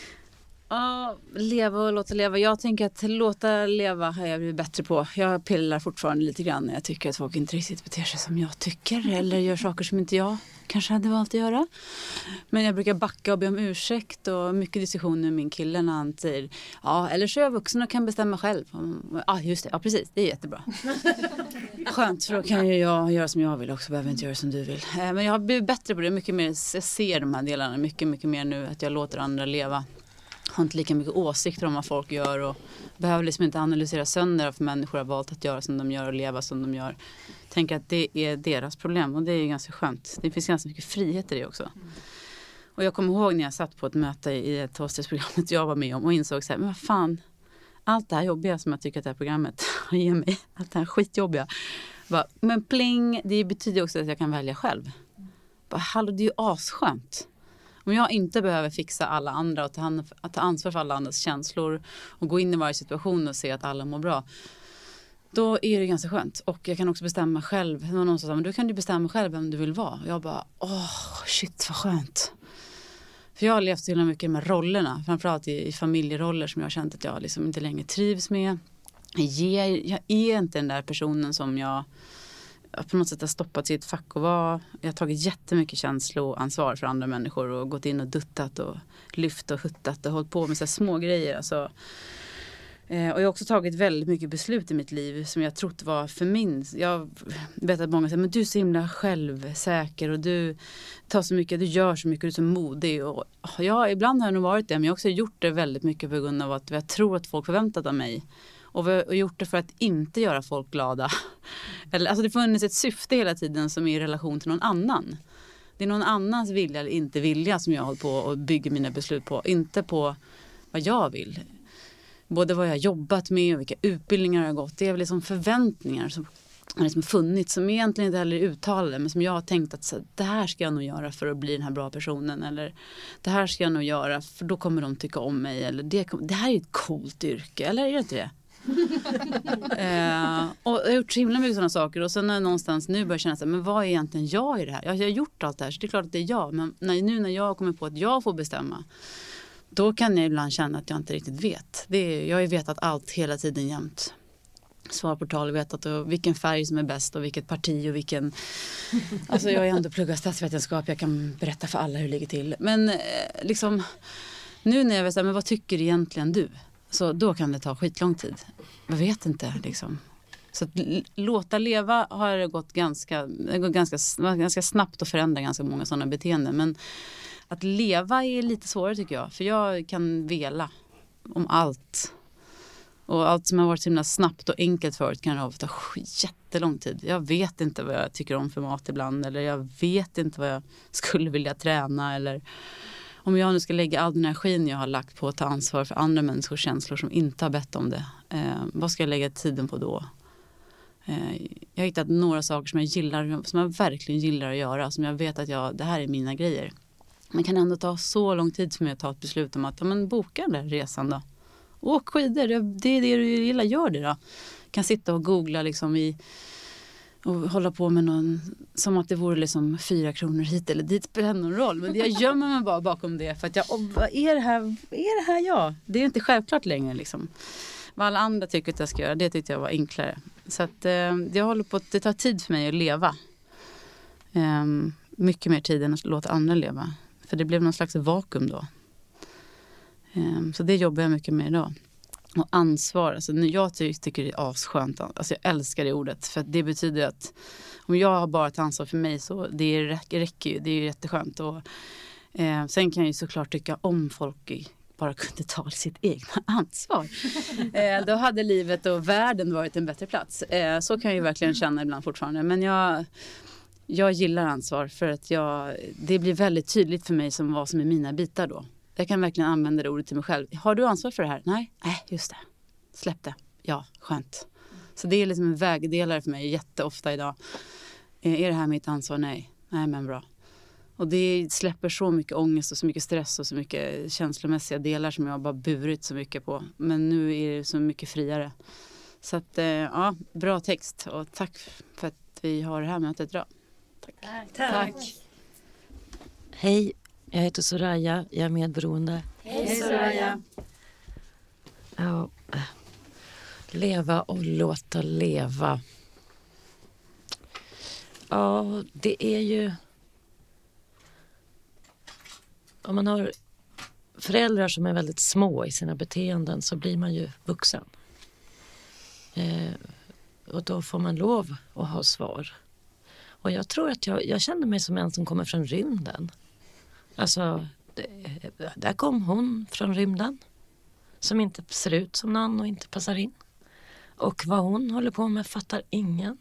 Leva och låta leva. Jag tänker att låta leva har jag blivit bättre på. Jag pillar fortfarande lite grann när jag tycker att folk inte riktigt beter sig som jag tycker. Eller gör saker som inte jag kanske hade valt att göra. Men jag brukar backa och be om ursäkt. Och mycket diskussioner med min kille när han säger eller så är jag vuxen och kan bestämma själv. Just det, precis, det är jättebra. Skönt, för då kan ju jag göra som jag vill också. Behöver inte göra som du vill. Men jag har blivit bättre på det. Mycket mer, jag ser de här delarna mycket, mycket mer nu. Att jag låter andra leva. Har inte lika mycket åsikter om vad folk gör och behöver liksom inte analysera sönder varför människor har valt att göra som de gör och leva som de gör. Tänker att det är deras problem och det är ganska skönt. Det finns ganska mycket frihet i det också. Och jag kommer ihåg när jag satt på ett möte i ett hostelsprogrammet jag var med om och insåg så här, men vad fan, allt det här jobbiga som jag tycker att det här programmet ger mig, allt det här skitjobbiga. Men pling, det betyder också att jag kan välja själv. Hallå, det är ju asskönt. Om jag inte behöver fixa alla andra och ta ansvar för alla andras känslor och gå in i varje situation och se att alla mår bra. Då är det ganska skönt. Och jag kan också bestämma själv. Det var någon som sa, men du kan du bestämma själv vem du vill vara. Jag bara, shit vad skönt. För jag har levt så mycket med rollerna. Framförallt i familjeroller som jag har känt att jag liksom inte längre trivs med. Jag är inte den där personen som jag på något sätt har stoppat i ett fack och vara. Jag har tagit jättemycket känsloansvar för andra människor och gått in och duttat och lyft och huttat och hållit på med så här små grejer. Alltså. Och jag har också tagit väldigt mycket beslut i mitt liv som jag trott var för min. Jag vet att många säger, men du är så himla självsäker och du tar så mycket, du gör så mycket, du är så modig. Och ja, ibland har jag nog varit det, men jag har också gjort det väldigt mycket på grund av att jag tror att folk förväntat av mig. Och vi har gjort det för att inte göra folk glada. Alltså det funnits ett syfte hela tiden som är i relation till någon annan. Det är någon annans vilja eller inte vilja som jag håller på och bygger mina beslut på. Inte på vad jag vill. Både vad jag har jobbat med och vilka utbildningar jag har gått. Det är väl liksom förväntningar som har liksom funnits. Som egentligen inte heller är uttalade. Men som jag har tänkt att så, det här ska jag nog göra för att bli den här bra personen. Eller det här ska jag nog göra för då kommer de tycka om mig. Eller det här är ett coolt yrke. Eller är det inte det? Och jag har gjort så himla mycket sådana saker. Och sen när jag någonstans nu börjar känna så här, men vad är egentligen jag i det här? Jag har gjort allt det här så det är klart att det är jag. Men nu när jag kommer på att jag får bestämma, då kan jag ibland känna att jag inte riktigt vet. Jag har ju vetat allt hela tiden jämt. Svar på tal, vetat och vilken färg som är bäst och vilket parti och vilken. Alltså jag har ändå pluggat statsvetenskap. Jag kan berätta för alla hur det ligger till. Men liksom nu när jag vet, men vad tycker egentligen du? Så då kan det ta skitlång tid. Jag vet inte liksom. Så att låta leva har gått ganska snabbt att förändra ganska många sådana beteenden. Men att leva är lite svårare tycker jag. För jag kan vela om allt. Och allt som har varit så himla snabbt och enkelt förut kan det ta jättelång tid. Jag vet inte vad jag tycker om för mat ibland. Eller jag vet inte vad jag skulle vilja träna. Eller om jag nu ska lägga all den energin jag har lagt på att ta ansvar för andra människors känslor som inte har bett om det. Vad ska jag lägga tiden på då? Jag har hittat några saker som jag gillar, som jag verkligen gillar att göra. Som jag vet att det här är mina grejer. Men kan ändå ta så lång tid för mig att ta ett beslut om att boka den där resan då. Åk skidor, det är det du gillar, gör det då. Kan sitta och googla liksom och hålla på med någon, som att det vore liksom 4 kronor hit eller dit, spelar någon roll. Men jag gömmer mig bara bakom det för att vad är det här jag? Det är inte självklart längre liksom. Vad alla andra tycker att jag ska göra, det tyckte jag var enklare. Så att jag håller på att det tar tid för mig att leva. Mycket mer tid än att låta andra leva. För det blev någon slags vakuum då. Så det jobbar jag mycket med idag. Och ansvar. Alltså, jag tycker det är asskönt. Alltså, jag älskar det ordet. För att det betyder att om jag har bara ett ansvar för mig så det räcker ju. Det är ju jätteskönt. Och, sen kan jag ju såklart tycka om folk bara kunde ta sitt egna ansvar. Då hade livet och världen varit en bättre plats. Så kan jag ju verkligen känna ibland fortfarande. Men jag gillar ansvar för att det blir väldigt tydligt för mig vad som är mina bitar då. Jag kan verkligen använda det ordet till mig själv. Har du ansvar för det här? Nej, just det. Släpp det. Ja, skönt. Så det är liksom en vägdelare för mig jätteofta idag. Är det här mitt ansvar? Nej, men bra. Och det släpper så mycket ångest och så mycket stress och så mycket känslomässiga delar som jag har bara burit så mycket på. Men nu är det så mycket friare. Så att, bra text. Och tack för att vi har det här mötet idag. Tack. Hej, jag heter Soraya. Jag är medberoende. Hej Soraya. Ja, leva och låta leva. Ja, det är ju... Om man har föräldrar som är väldigt små i sina beteenden så blir man ju vuxen. Och då får man lov att ha svar. Och jag tror att jag känner mig som en som kommer från rymden. Alltså, där kom hon från rymden. Som inte ser ut som någon och inte passar in. Och vad hon håller på med fattar ingen.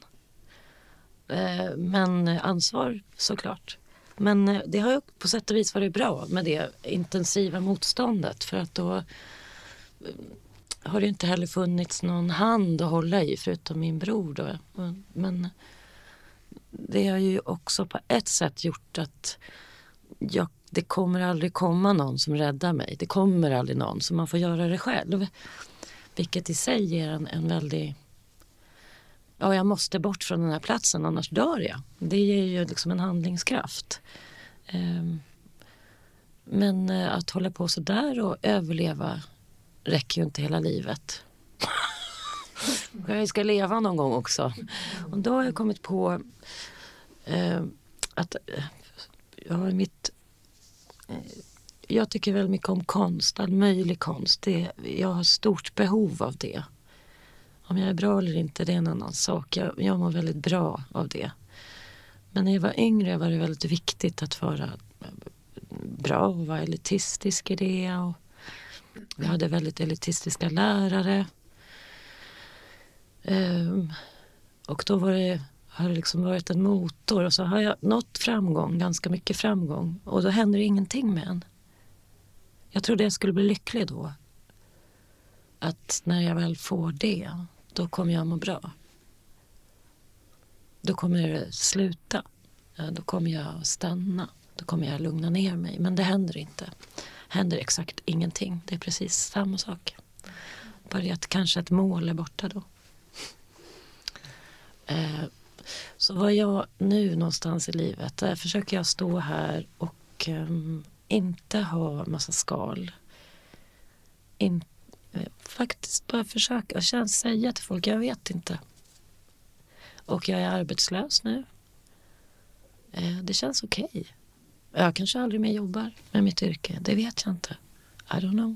Men ansvar såklart. Men det har ju på sätt och vis varit bra med det intensiva motståndet. För att då har det inte heller funnits någon hand att hålla i förutom min bror då. Men det har ju också på ett sätt gjort att det kommer aldrig komma någon som räddar mig. Det kommer aldrig någon, så man får göra det själv. Vilket i sig ger en väldigt ja, jag måste bort från den här platsen, annars dör jag. Det ger ju liksom en handlingskraft. Men att hålla på så där och överleva räcker ju inte hela livet. Jag ska leva någon gång också. Och då har jag kommit på att jag tycker väldigt mycket om konst, all möjlig konst. Jag har stort behov av det. Om jag är bra eller inte, det är en annan sak. Jag mår väldigt bra av det. Men när jag var yngre var det väldigt viktigt att vara bra och vara elitistisk i det. Och jag hade väldigt elitistiska lärare. Och då har det liksom varit en motor. Och så har jag nått framgång, ganska mycket framgång. Och då händer ingenting med en. Jag trodde jag skulle bli lycklig då. Att när jag väl får det, då kommer jag må bra. Då kommer det sluta. Då kommer jag stanna. Då kommer jag lugna ner mig. Men det händer inte. Händer exakt ingenting. Det är precis samma sak. Bara att kanske ett mål är borta då. Så var jag nu någonstans i livet, där försöker jag stå här och inte ha massa skal. Faktiskt bara försöka säga till folk, jag vet inte. Och jag är arbetslös nu. Det känns okej. Jag kanske aldrig mer jobbar med mitt yrke, det vet jag inte. I don't know.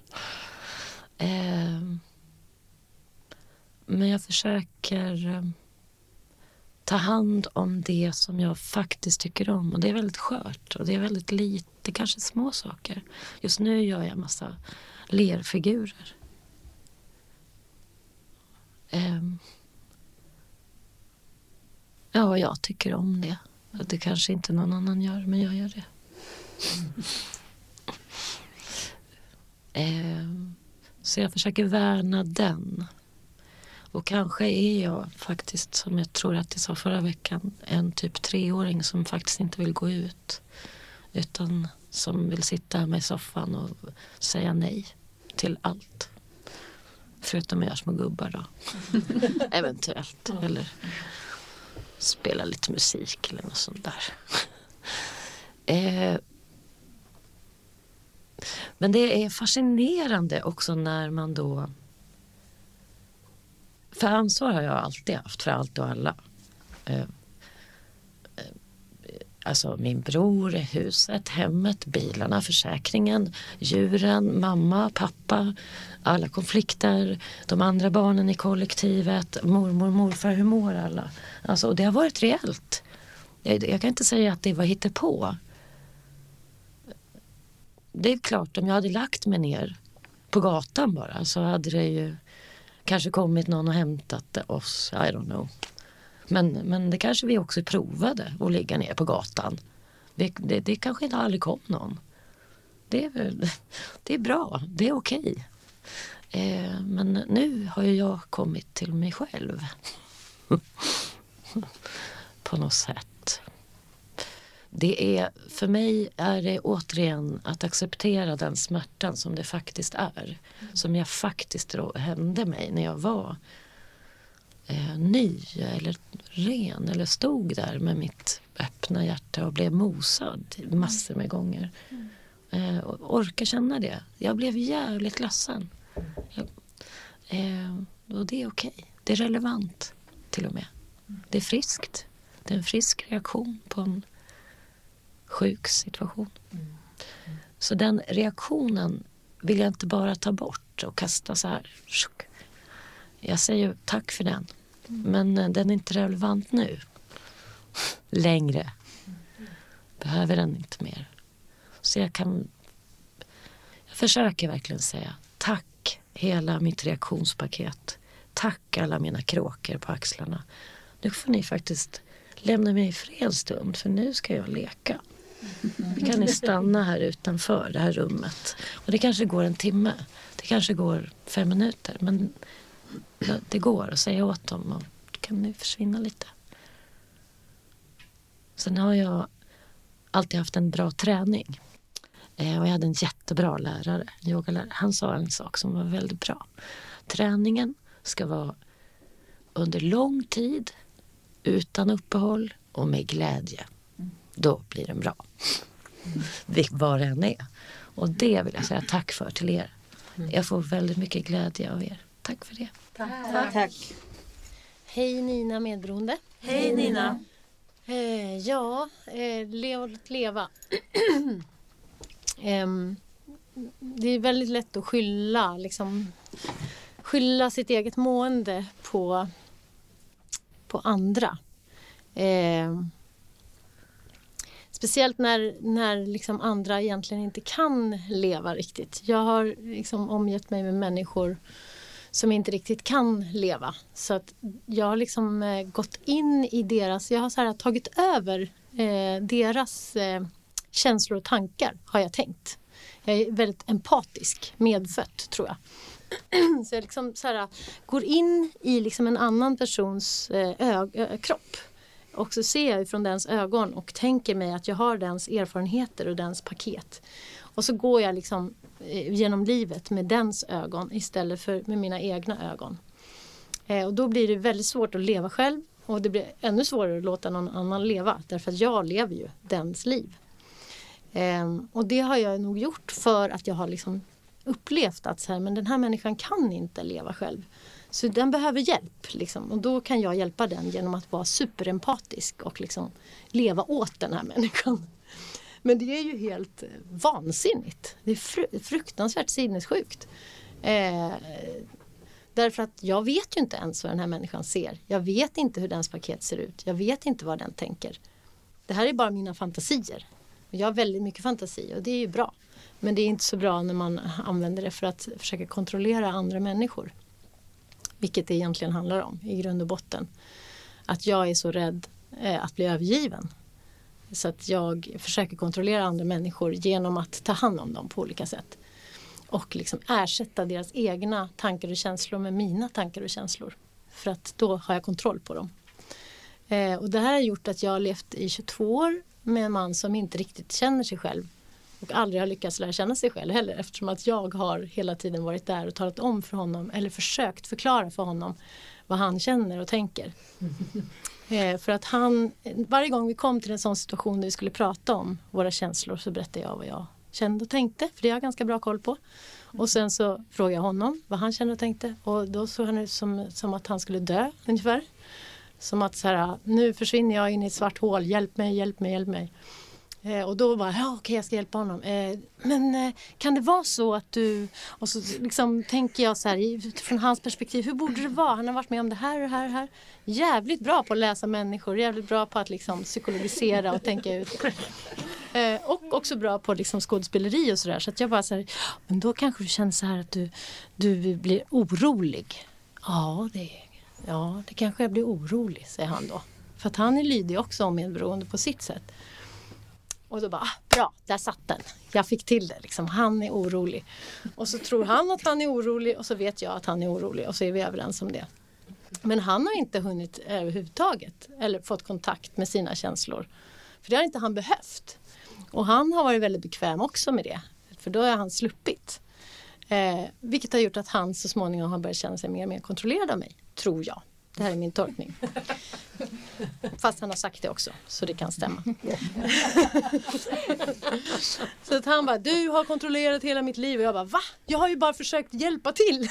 Men jag försöker ta hand om det som jag faktiskt tycker om. Och det är väldigt skört och det är väldigt lite, kanske små saker. Just nu gör jag en massa lerfigurer. Ja, jag tycker om det. Det kanske inte någon annan gör, men jag gör det. Så jag försöker värna den. Och kanske är jag faktiskt, som jag tror att jag sa förra veckan, en typ 3-åring som faktiskt inte vill gå ut. Utan som vill sitta med i soffan och säga nej till allt. Förutom att göra små gubbar då. Eventuellt. Eller spela lite musik eller något sånt där. Men det är fascinerande också när man då... För ansvar har jag alltid haft för allt och alla. Alltså min bror, huset, hemmet, bilarna, försäkringen, djuren, mamma, pappa, alla konflikter, de andra barnen i kollektivet, mormor, morfar, hur mår alla? Alltså, och det har varit reellt. Jag kan inte säga att det var hittepå. Det är klart, om jag hade lagt mig ner på gatan bara så hade det ju kanske kommit någon och hämtat oss, I don't know. Men det kanske vi också provade att ligga ner på gatan. Det kanske inte aldrig kom någon. Det är bra, det är okej. Men nu har ju jag kommit till mig själv. På något sätt. För mig är det återigen att acceptera den smärtan som det faktiskt är. Som jag faktiskt hände mig när jag var ny eller ren eller stod där med mitt öppna hjärta och blev mosad massor med gånger. Och orka känna det. Jag blev jävligt ledsen. Och det är okej. Det är relevant till och med. Det är friskt. Det är en frisk reaktion på en sjuk situation. Så den reaktionen vill jag inte bara ta bort och kasta så här. Jag säger tack för den. Men den är inte relevant nu. Längre. Behöver den inte mer. Så jag försöker verkligen säga tack hela mitt reaktionspaket. Tack alla mina kråkor på axlarna. Nu får ni faktiskt lämna mig i fred stund, för nu ska jag leka. Nu kan ni stanna här utanför det här rummet. Och det kanske går en timme. Det kanske går 5 minuter. Men det går att säga åt dem. Och kan ni försvinna lite. Sen har jag alltid haft en bra träning. Och jag hade en jättebra lärare, yogalärare. Han sa en sak som var väldigt bra. Träningen ska vara under lång tid, utan uppehåll och med glädje, då blir den bra. Vad det än är. Och det vill jag säga tack för till er. Jag får väldigt mycket glädje av er. Tack för det. Tack. Hej Nina medberoende. Hej Nina. Leva. Det är väldigt lätt att skylla sitt eget mående på andra. Speciellt när liksom andra egentligen inte kan leva riktigt. Jag har liksom omgett mig med människor som inte riktigt kan leva. Så att jag har liksom gått in i deras, jag har så här tagit över deras känslor och tankar, har jag tänkt. Jag är väldigt empatisk, medfött tror jag. Så jag liksom så här, går in i liksom en annan persons kropp. Och så ser jag från dens ögon och tänker mig att jag har dens erfarenheter och dens paket. Och så går jag liksom genom livet med dens ögon istället för med mina egna ögon. Och då blir det väldigt svårt att leva själv. Och det blir ännu svårare att låta någon annan leva. Därför att jag lever ju dens liv. Och det har jag nog gjort för att jag har liksom upplevt att så här, men den här människan kan inte leva själv. Så den behöver hjälp. Liksom. Och då kan jag hjälpa den genom att vara superempatisk och liksom leva åt den här människan. Men det är ju helt vansinnigt. Det är fruktansvärt sinnessjukt. Därför att jag vet ju inte ens vad den här människan ser. Jag vet inte hur dens paket ser ut. Jag vet inte vad den tänker. Det här är bara mina fantasier. Jag har väldigt mycket fantasi och det är ju bra. Men det är inte så bra när man använder det för att försöka kontrollera andra människor. Vilket det egentligen handlar om i grund och botten. Att jag är så rädd att bli övergiven. Så att jag försöker kontrollera andra människor genom att ta hand om dem på olika sätt. Och liksom ersätta deras egna tankar och känslor med mina tankar och känslor. För att då har jag kontroll på dem. Och det här har gjort att jag har levt i 22 år med en man som inte riktigt känner sig själv. Och aldrig har lyckats lära känna sig själv heller. Eftersom att jag har hela tiden varit där och talat om för honom. Eller försökt förklara för honom vad han känner och tänker. För att varje gång vi kom till en sån situation där vi skulle prata om våra känslor så berättade jag vad jag kände och tänkte. För det har jag ganska bra koll på. Och sen så frågade jag honom vad han kände och tänkte. Och då såg han ut som att han skulle dö ungefär. Som att så här, nu försvinner jag in i ett svart hål. Hjälp mig, hjälp mig, hjälp mig. Och då var okej, jag ska hjälpa honom. Men kan det vara så att du... Och så liksom tänker jag så här, från hans perspektiv, hur borde det vara? Han har varit med om det här och det här och det här. Jävligt bra på att läsa människor. Jävligt bra på att liksom psykologisera och tänka ut. Och också bra på liksom skådespeleri och sådär. Så att jag bara så här, men då kanske du känner så här att du blir orolig. Ja, det kanske jag blir orolig, säger han då. För att han är lydig också om medberoende på sitt sätt. Och då bara, bra, där satt den. Jag fick till det, liksom. Han är orolig. Och så tror han att han är orolig och så vet jag att han är orolig. Och så är vi överens om det. Men han har inte hunnit överhuvudtaget eller fått kontakt med sina känslor. För det har inte han behövt. Och han har varit väldigt bekväm också med det. För då har han sluppit. Vilket har gjort att han så småningom har börjat känna sig mer och mer kontrollerad av mig. Tror jag. Det här är min tolkning. Fast han har sagt det också. Så det kan stämma. Så att han bara, du har kontrollerat hela mitt liv. Och jag bara, va? Jag har ju bara försökt hjälpa till.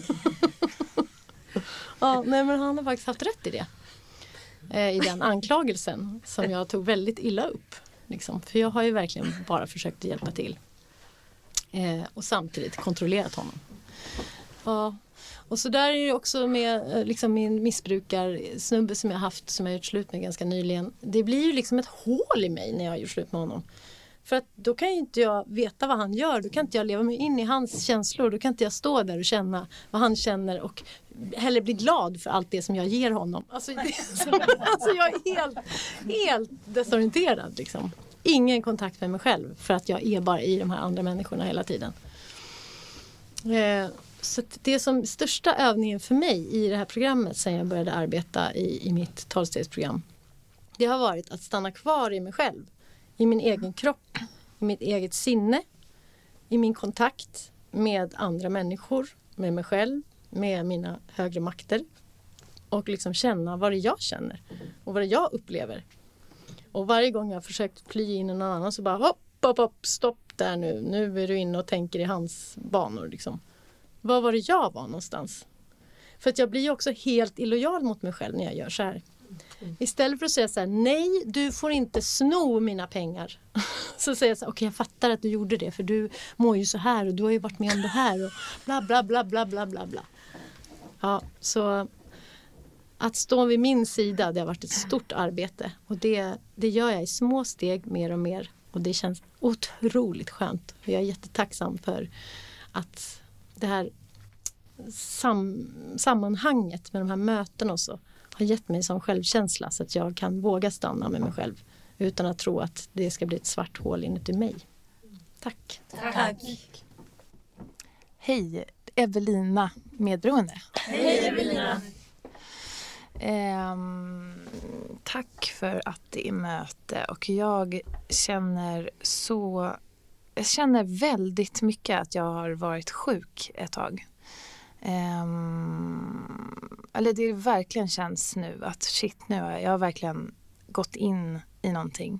Ja, nej, men han har faktiskt haft rätt i det. I den anklagelsen. Som jag tog väldigt illa upp. Liksom. För jag har ju verkligen bara försökt hjälpa till. Och samtidigt kontrollerat honom. Ja. Och så där är det också med liksom min missbrukarsnubbe som jag haft, som jag gjort slut med ganska nyligen. Det blir ju liksom ett hål i mig när jag har gjort slut med honom. För att då kan ju inte jag veta vad han gör. Då kan inte jag leva mig in i hans känslor. Då kan inte jag stå där och känna vad han känner och heller bli glad för allt det som jag ger honom. Alltså jag är helt desorienterad liksom. Ingen kontakt med mig själv för att jag är bara i de här andra människorna hela tiden. Så det som största övningen för mig i det här programmet sen jag började arbeta i mitt 12-stegsprogram, det har varit att stanna kvar i mig själv, i min egen kropp, i mitt eget sinne, i min kontakt med andra människor, med mig själv, med mina högre makter. och liksom känna vad det jag känner och vad det jag upplever. Och varje gång jag har försökt fly in i någon annan så bara hopp, stopp där nu. Nu är du inne och tänker i hans banor liksom. Var det jag var någonstans? För att jag blir ju också helt illojal mot mig själv när jag gör så här. Istället för att säga så här, nej, du får inte sno mina pengar. Så säger jag så här, okej, jag fattar att du gjorde det för du mår ju så här och du har ju varit med om det här och bla bla bla bla bla bla bla. Ja, så att stå vid min sida, det har varit ett stort arbete och det gör jag i små steg mer och mer och det känns otroligt skönt. Jag är jättetacksam för att det här sammanhanget med de här mötena och så har gett mig som självkänsla så att jag kan våga stanna med mig själv utan att tro att det ska bli ett svart hål inuti mig. Tack. Tack. Hej, Evelina Medberoende. Hej Evelina. Tack för att det är möte och jag känner väldigt mycket att jag har varit sjuk ett tag. Eller det verkligen känns nu att shit, nu har jag verkligen gått in i någonting.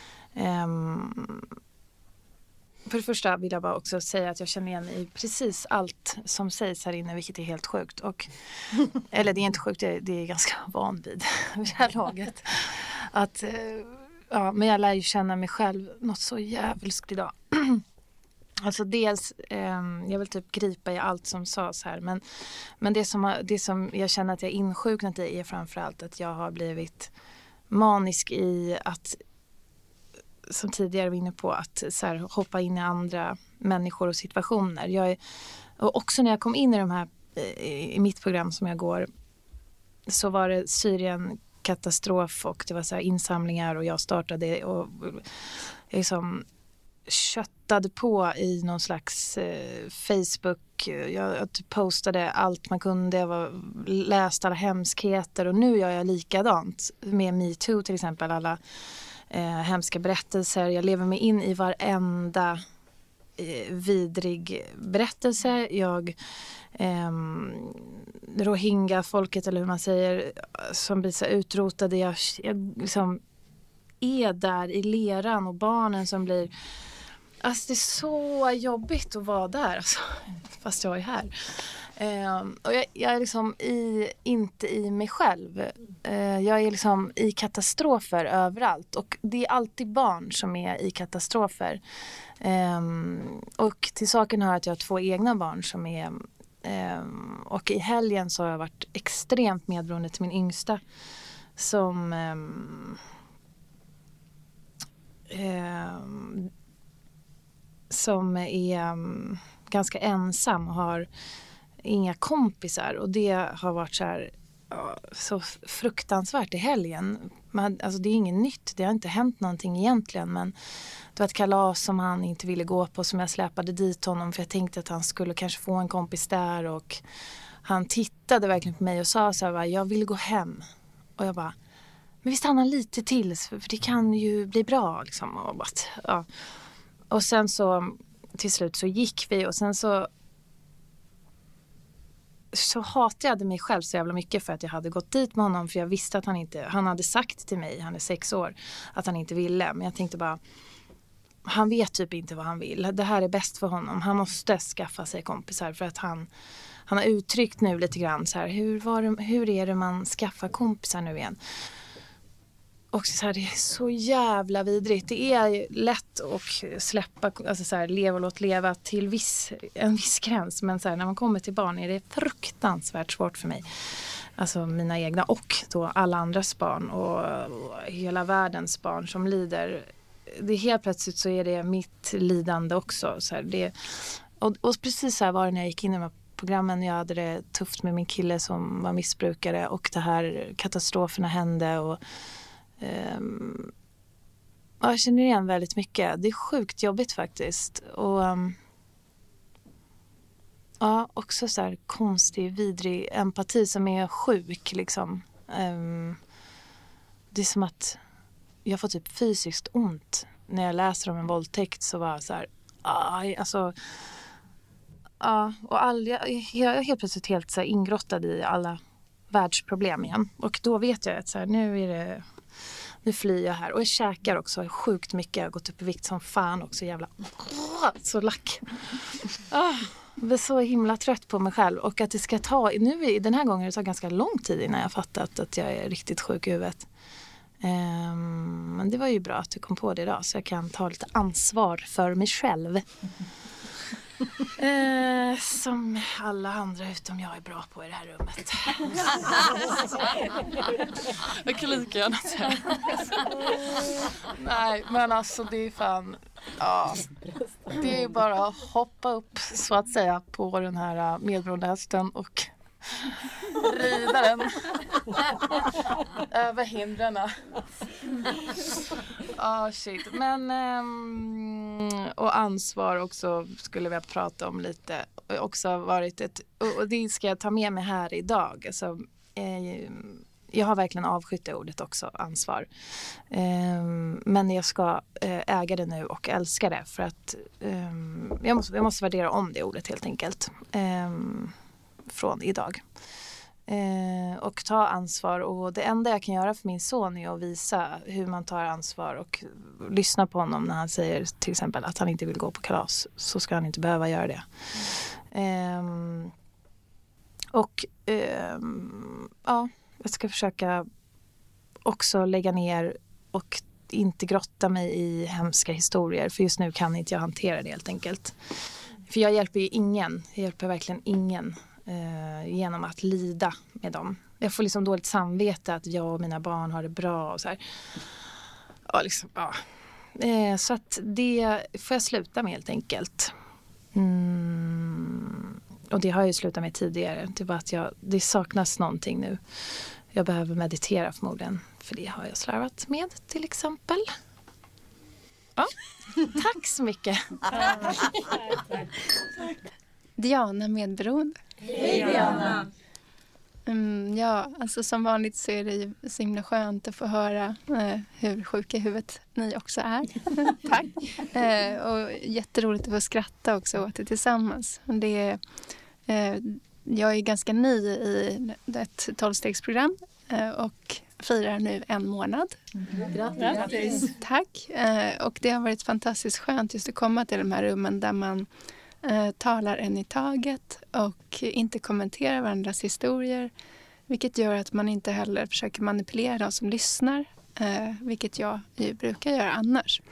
För det första vill jag bara också säga att jag känner igen i precis allt som sägs här inne, vilket är helt sjukt. Och, eller det är inte sjukt, det är ganska van vid det här laget. Att, ja, men jag lär ju känna mig själv något så jävligt idag. Alltså dels, jag vill typ gripa i allt som sades här. Men det som jag känner att jag insjuknat i är framförallt att jag har blivit manisk i att, som tidigare var inne på, att så här, hoppa in i andra människor och situationer. Och också när jag kom in i de här, i mitt program som jag går, så var det Syrien-katastrof och det var så här insamlingar och jag startade och jag liksom köttade på i någon slags Facebook. Jag postade allt man kunde. Jag läste alla hemskheter och nu gör jag likadant med MeToo till exempel. Alla hemska berättelser. Jag lever mig in i varenda vidrig berättelse. Rohingya-folket eller hur man säger som blir så utrotade. Jag liksom är där i leran och barnen som blir... Alltså det är så jobbigt att vara där alltså, fast jag är här. Och jag är liksom inte i mig själv. Jag är liksom i katastrofer överallt. Och det är alltid barn som är i katastrofer. Och till saken hör att jag har 2 egna barn som är... och i helgen så har jag varit extremt medberoende till min yngsta. Som är ganska ensam och har inga kompisar och det har varit så här, så fruktansvärt i helgen. Alltså det är inget nytt, det har inte hänt någonting egentligen, men det var ett kalas som han inte ville gå på som jag släpade dit honom för jag tänkte att han skulle kanske få en kompis där och han tittade verkligen på mig och sa så här, jag vill gå hem och jag bara, men vi stannar lite till för det kan ju bli bra liksom. Och, bara, ja. Och sen så till slut så gick vi och sen så hatade jag mig själv så jävla mycket för att jag hade gått dit med honom för jag visste att han hade sagt till mig, han är 6 år, att han inte ville, men jag tänkte bara han vet typ inte vad han vill, det här är bäst för honom, han måste skaffa sig kompisar för att han har uttryckt nu lite grann så här, hur är det man skaffar kompisar nu igen? Och så här, det är så jävla vidrigt. Det är lätt att släppa, alltså så här, leva och låt leva till en viss gräns. Men så här, när man kommer till barn är det fruktansvärt svårt för mig. Alltså mina egna och då alla andras barn och hela världens barn som lider. Det är helt plötsligt så är det mitt lidande också. Så här, och precis så här var det när jag gick in i de här programmen. Jag hade det tufft med min kille som var missbrukare och det här katastroferna hände och jag känner igen väldigt mycket. Det är sjukt jobbigt faktiskt. Och ja, också så här konstig, vidrig empati som är sjuk liksom. Det är som att jag får typ fysiskt ont när jag läser om en våldtäkt så var jag så här, alltså ja, och jag är helt plötsligt helt så här ingrottad i alla världsproblem igen. Och då vet jag att så här, nu flyr jag här. Och jag käkar också sjukt mycket. Jag har gått upp i vikt som fan också. Jävla så lack. Jag är så himla trött på mig själv. Och att det ska ta, nu den här gången det tar ganska lång tid innan jag fattat att jag är riktigt sjuk i huvudet. Men det var ju bra att du kom på det idag. Så jag kan ta lite ansvar för mig själv. Som alla andra utom jag är bra på i det här rummet. Jag kan lika gärna säga. Nej, men alltså det är fan... Ja, det är bara att hoppa upp så att säga på den här medberoende hästen och rida den över hindren. Shit. Men och ansvar också skulle vi prata om lite. Också varit och det ska jag ta med mig här idag. Alltså, jag har verkligen avskytt det ordet också, ansvar. Men jag ska äga det nu och älska det för att jag måste värdera om det ordet helt enkelt. Från idag. Och ta ansvar, och det enda jag kan göra för min son är att visa hur man tar ansvar och lyssna på honom när han säger till exempel att han inte vill gå på kalas, så ska han inte behöva göra det. Jag ska försöka också lägga ner och inte grotta mig i hemska historier, för just nu kan inte jag hantera det helt enkelt. För jag hjälper ju ingen, jag hjälper verkligen ingen genom att lida med dem. Jag får liksom dåligt samvete att jag och mina barn har det bra och så här. Ja, liksom, ja. Så att det får jag sluta med helt enkelt. Och det har jag ju slutat med tidigare. Det var att det saknas någonting nu. Jag behöver meditera förmodligen, för det har jag slarvat med till exempel. Ja, tack så mycket. Diana medberoende. Hej Diana! Ja, alltså som vanligt så är det ju så himla skönt att få höra hur sjuka i huvudet ni också är. Tack! Och jätteroligt att få skratta också åt det tillsammans. Jag är ganska ny i ett 12-stegsprogram och firar nu 1 månad. Grattis! Tack! Och det har varit fantastiskt skönt just att komma till de här rummen där man talar en i taget och inte kommenterar varandras historier, vilket gör att man inte heller försöker manipulera de som lyssnar, vilket jag ju brukar göra annars.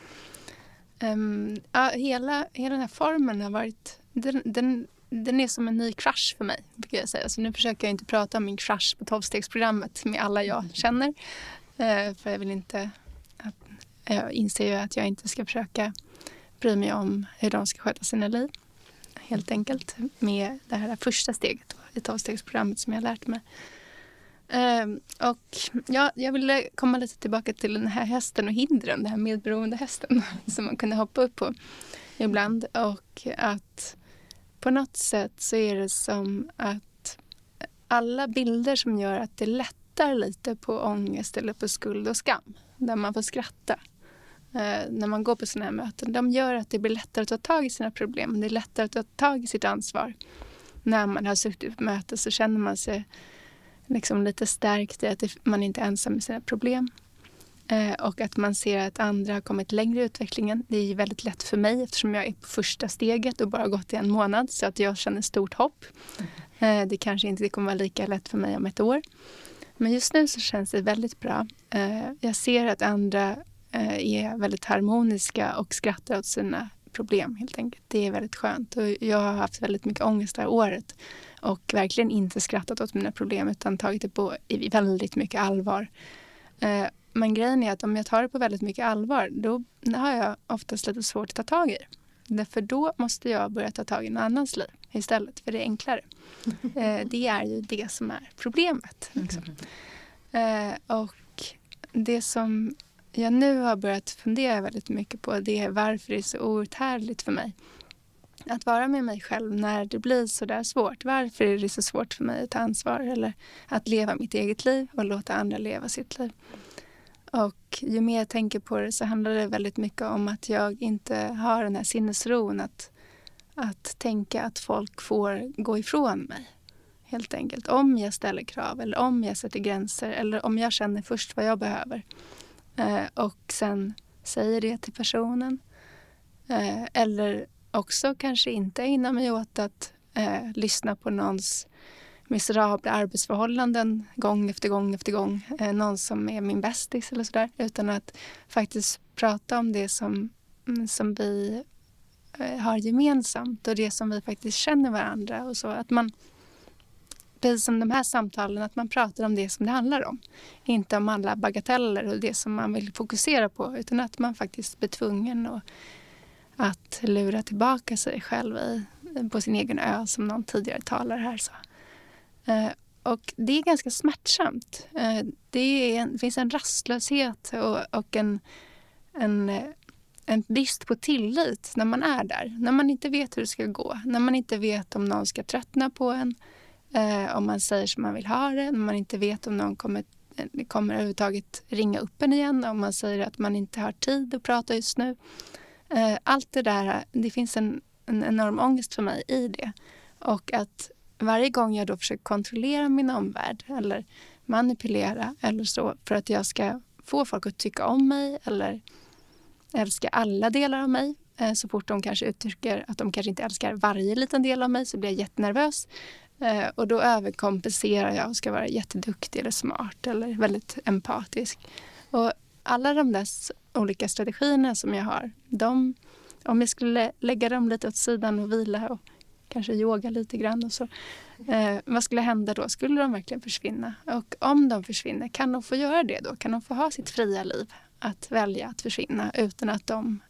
Hela den här formen har varit den är som en ny crush för mig, brukar jag säga. Så nu försöker jag inte prata om min crush på 12-stegsprogrammet med alla jag känner, för jag vill inte jag inser ju att jag inte ska försöka bry mig om hur de ska sköta sina liv. Helt enkelt med det här första steget i 12-stegsprogrammet som jag har lärt mig. Och jag ville komma lite tillbaka till den här hästen och hindren, den här medberoende hästen som man kunde hoppa upp på ibland. Och att på något sätt så är det som att alla bilder som gör att det lättar lite på ångest eller på skuld och skam, där man får skratta när man går på såna här möten, de gör att det blir lättare att ta tag i sina problem. Det är lättare att ta tag i sitt ansvar. När man har suttit på möte så känner man sig liksom lite stärkt i att man inte är ensam med sina problem. Och att man ser att andra har kommit längre i utvecklingen. Det är väldigt lätt för mig eftersom jag är på första steget och bara gått i 1 månad, så att jag känner stort hopp. Det kanske inte kommer vara lika lätt för mig om 1 år. Men just nu så känns det väldigt bra. Jag ser att andra är väldigt harmoniska och skrattar åt sina problem helt enkelt. Det är väldigt skönt. Och jag har haft väldigt mycket ångest det här året och verkligen inte skrattat åt mina problem utan tagit det på i väldigt mycket allvar. Men grejen är att om jag tar det på väldigt mycket allvar, då har jag oftast lite svårt att ta tag i det. Därför då måste jag börja ta tag i någon annans liv istället, för det är enklare. Det är ju det som är problemet. Liksom. Och det som jag nu har börjat fundera väldigt mycket på, det är varför det är så oerhört härligt för mig att vara med mig själv när det blir så där svårt. Varför är det så svårt för mig att ta ansvar eller att leva mitt eget liv och låta andra leva sitt liv? Och ju mer jag tänker på det så handlar det väldigt mycket om att jag inte har den här sinnesron att tänka att folk får gå ifrån mig. helt enkelt. Om jag ställer krav eller om jag sätter gränser eller om jag känner först vad jag behöver. Och sen säger det till personen. Eller också kanske inte ägna mig åt att lyssna på någons miserabla arbetsförhållanden gång efter gång efter gång. Någon som är min bästis eller sådär. Utan att faktiskt prata om det som vi har gemensamt och det som vi faktiskt känner varandra. Och så att man, precis som de här samtalen, att man pratar om det som det handlar om. Inte om alla bagateller och det som man vill fokusera på, utan att man faktiskt blir tvungen att lura tillbaka sig själv på sin egen ö, som någon tidigare talare här sa. Och det är ganska smärtsamt. Det finns en rastlöshet och en brist på tillit när man är där. När man inte vet hur det ska gå. När man inte vet om någon ska tröttna på en. Om man säger som man vill ha det. När man inte vet om någon kommer överhuvudtaget ringa upp en igen. Om man säger att man inte har tid att prata just nu. Allt det där, det finns en enorm ångest för mig i det. Och att varje gång jag då försöker kontrollera min omvärld eller manipulera eller så för att jag ska få folk att tycka om mig eller älska alla delar av mig. Så fort de kanske uttrycker att de kanske inte älskar varje liten del av mig så blir jag jättenervös. Och då överkompenserar jag och ska vara jätteduktig eller smart eller väldigt empatisk. Och alla de där olika strategierna som jag har, om jag skulle lägga dem lite åt sidan och vila och kanske yoga lite grann och så. Vad skulle hända då? Skulle de verkligen försvinna? Och om de försvinner, kan de få göra det då? Kan de få ha sitt fria liv att välja att försvinna utan att de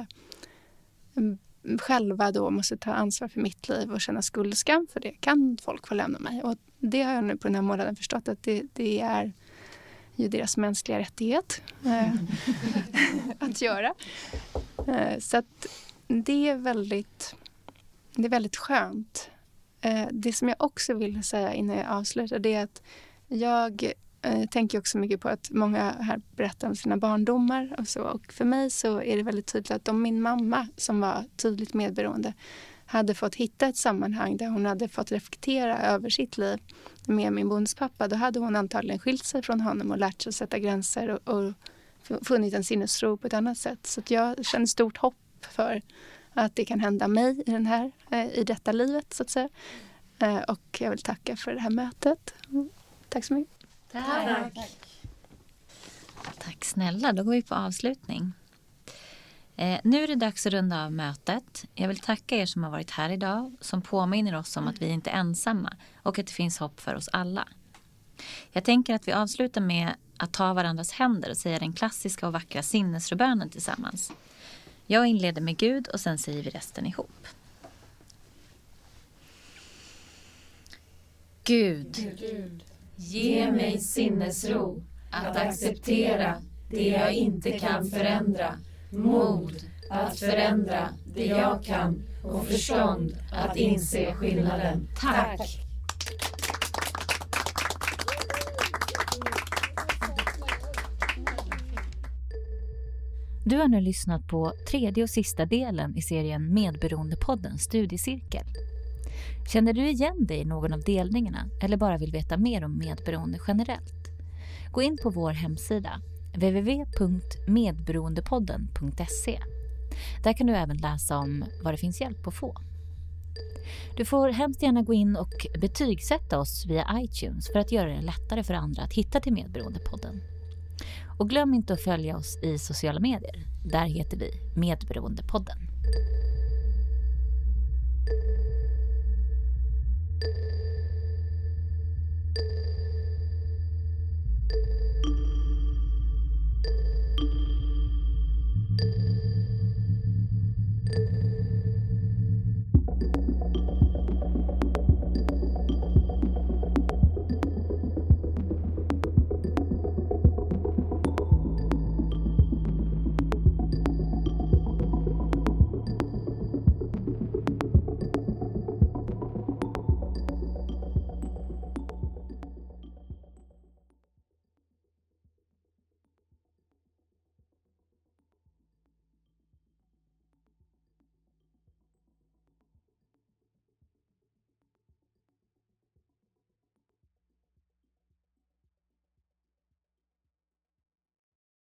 själva då måste ta ansvar för mitt liv och känna skuldskam för det? Kan folk få lämna mig? Och det har jag nu på den här månaden förstått att det är ju deras mänskliga rättighet att göra. Så att det är väldigt skönt. Det som jag också vill säga innan jag avslutar, det är att jag tänker också mycket på att många här berättar om sina barndomar och så. Och för mig så är det väldigt tydligt att om min mamma, som var tydligt medberoende, hade fått hitta ett sammanhang där hon hade fått reflektera över sitt liv med min bondspappa, då hade hon antagligen skilt sig från honom och lärt sig att sätta gränser och funnit en sinnesro på ett annat sätt. Så att jag känner stort hopp för att det kan hända mig i detta livet, så att säga. Och jag vill tacka för det här mötet. Tack så mycket. Tack. Tack snälla, då går vi på avslutning. Nu är det dags att runda av mötet. Jag vill tacka er som har varit här idag, som påminner oss om att vi inte är ensamma och att det finns hopp för oss alla. Jag tänker att vi avslutar med att ta varandras händer och säga den klassiska och vackra sinnesrobönen tillsammans. Jag inleder med Gud och sen säger vi resten ihop. Gud, ge mig sinnesro att acceptera det jag inte kan förändra, mod att förändra det jag kan och förstånd att inse skillnaden. Tack! Du har nu lyssnat på tredje och sista delen i serien Medberoendepodden studiecirkel. Känner du igen dig i någon av delningarna eller bara vill veta mer om medberoende generellt? Gå in på vår hemsida www.medberoendepodden.se. Där kan du även läsa om vad det finns hjälp att få. Du får hemskt gärna gå in och betygsätta oss via iTunes för att göra det lättare för andra att hitta till Medberoendepodden. Och glöm inte att följa oss i sociala medier. Där heter vi Medberoendepodden.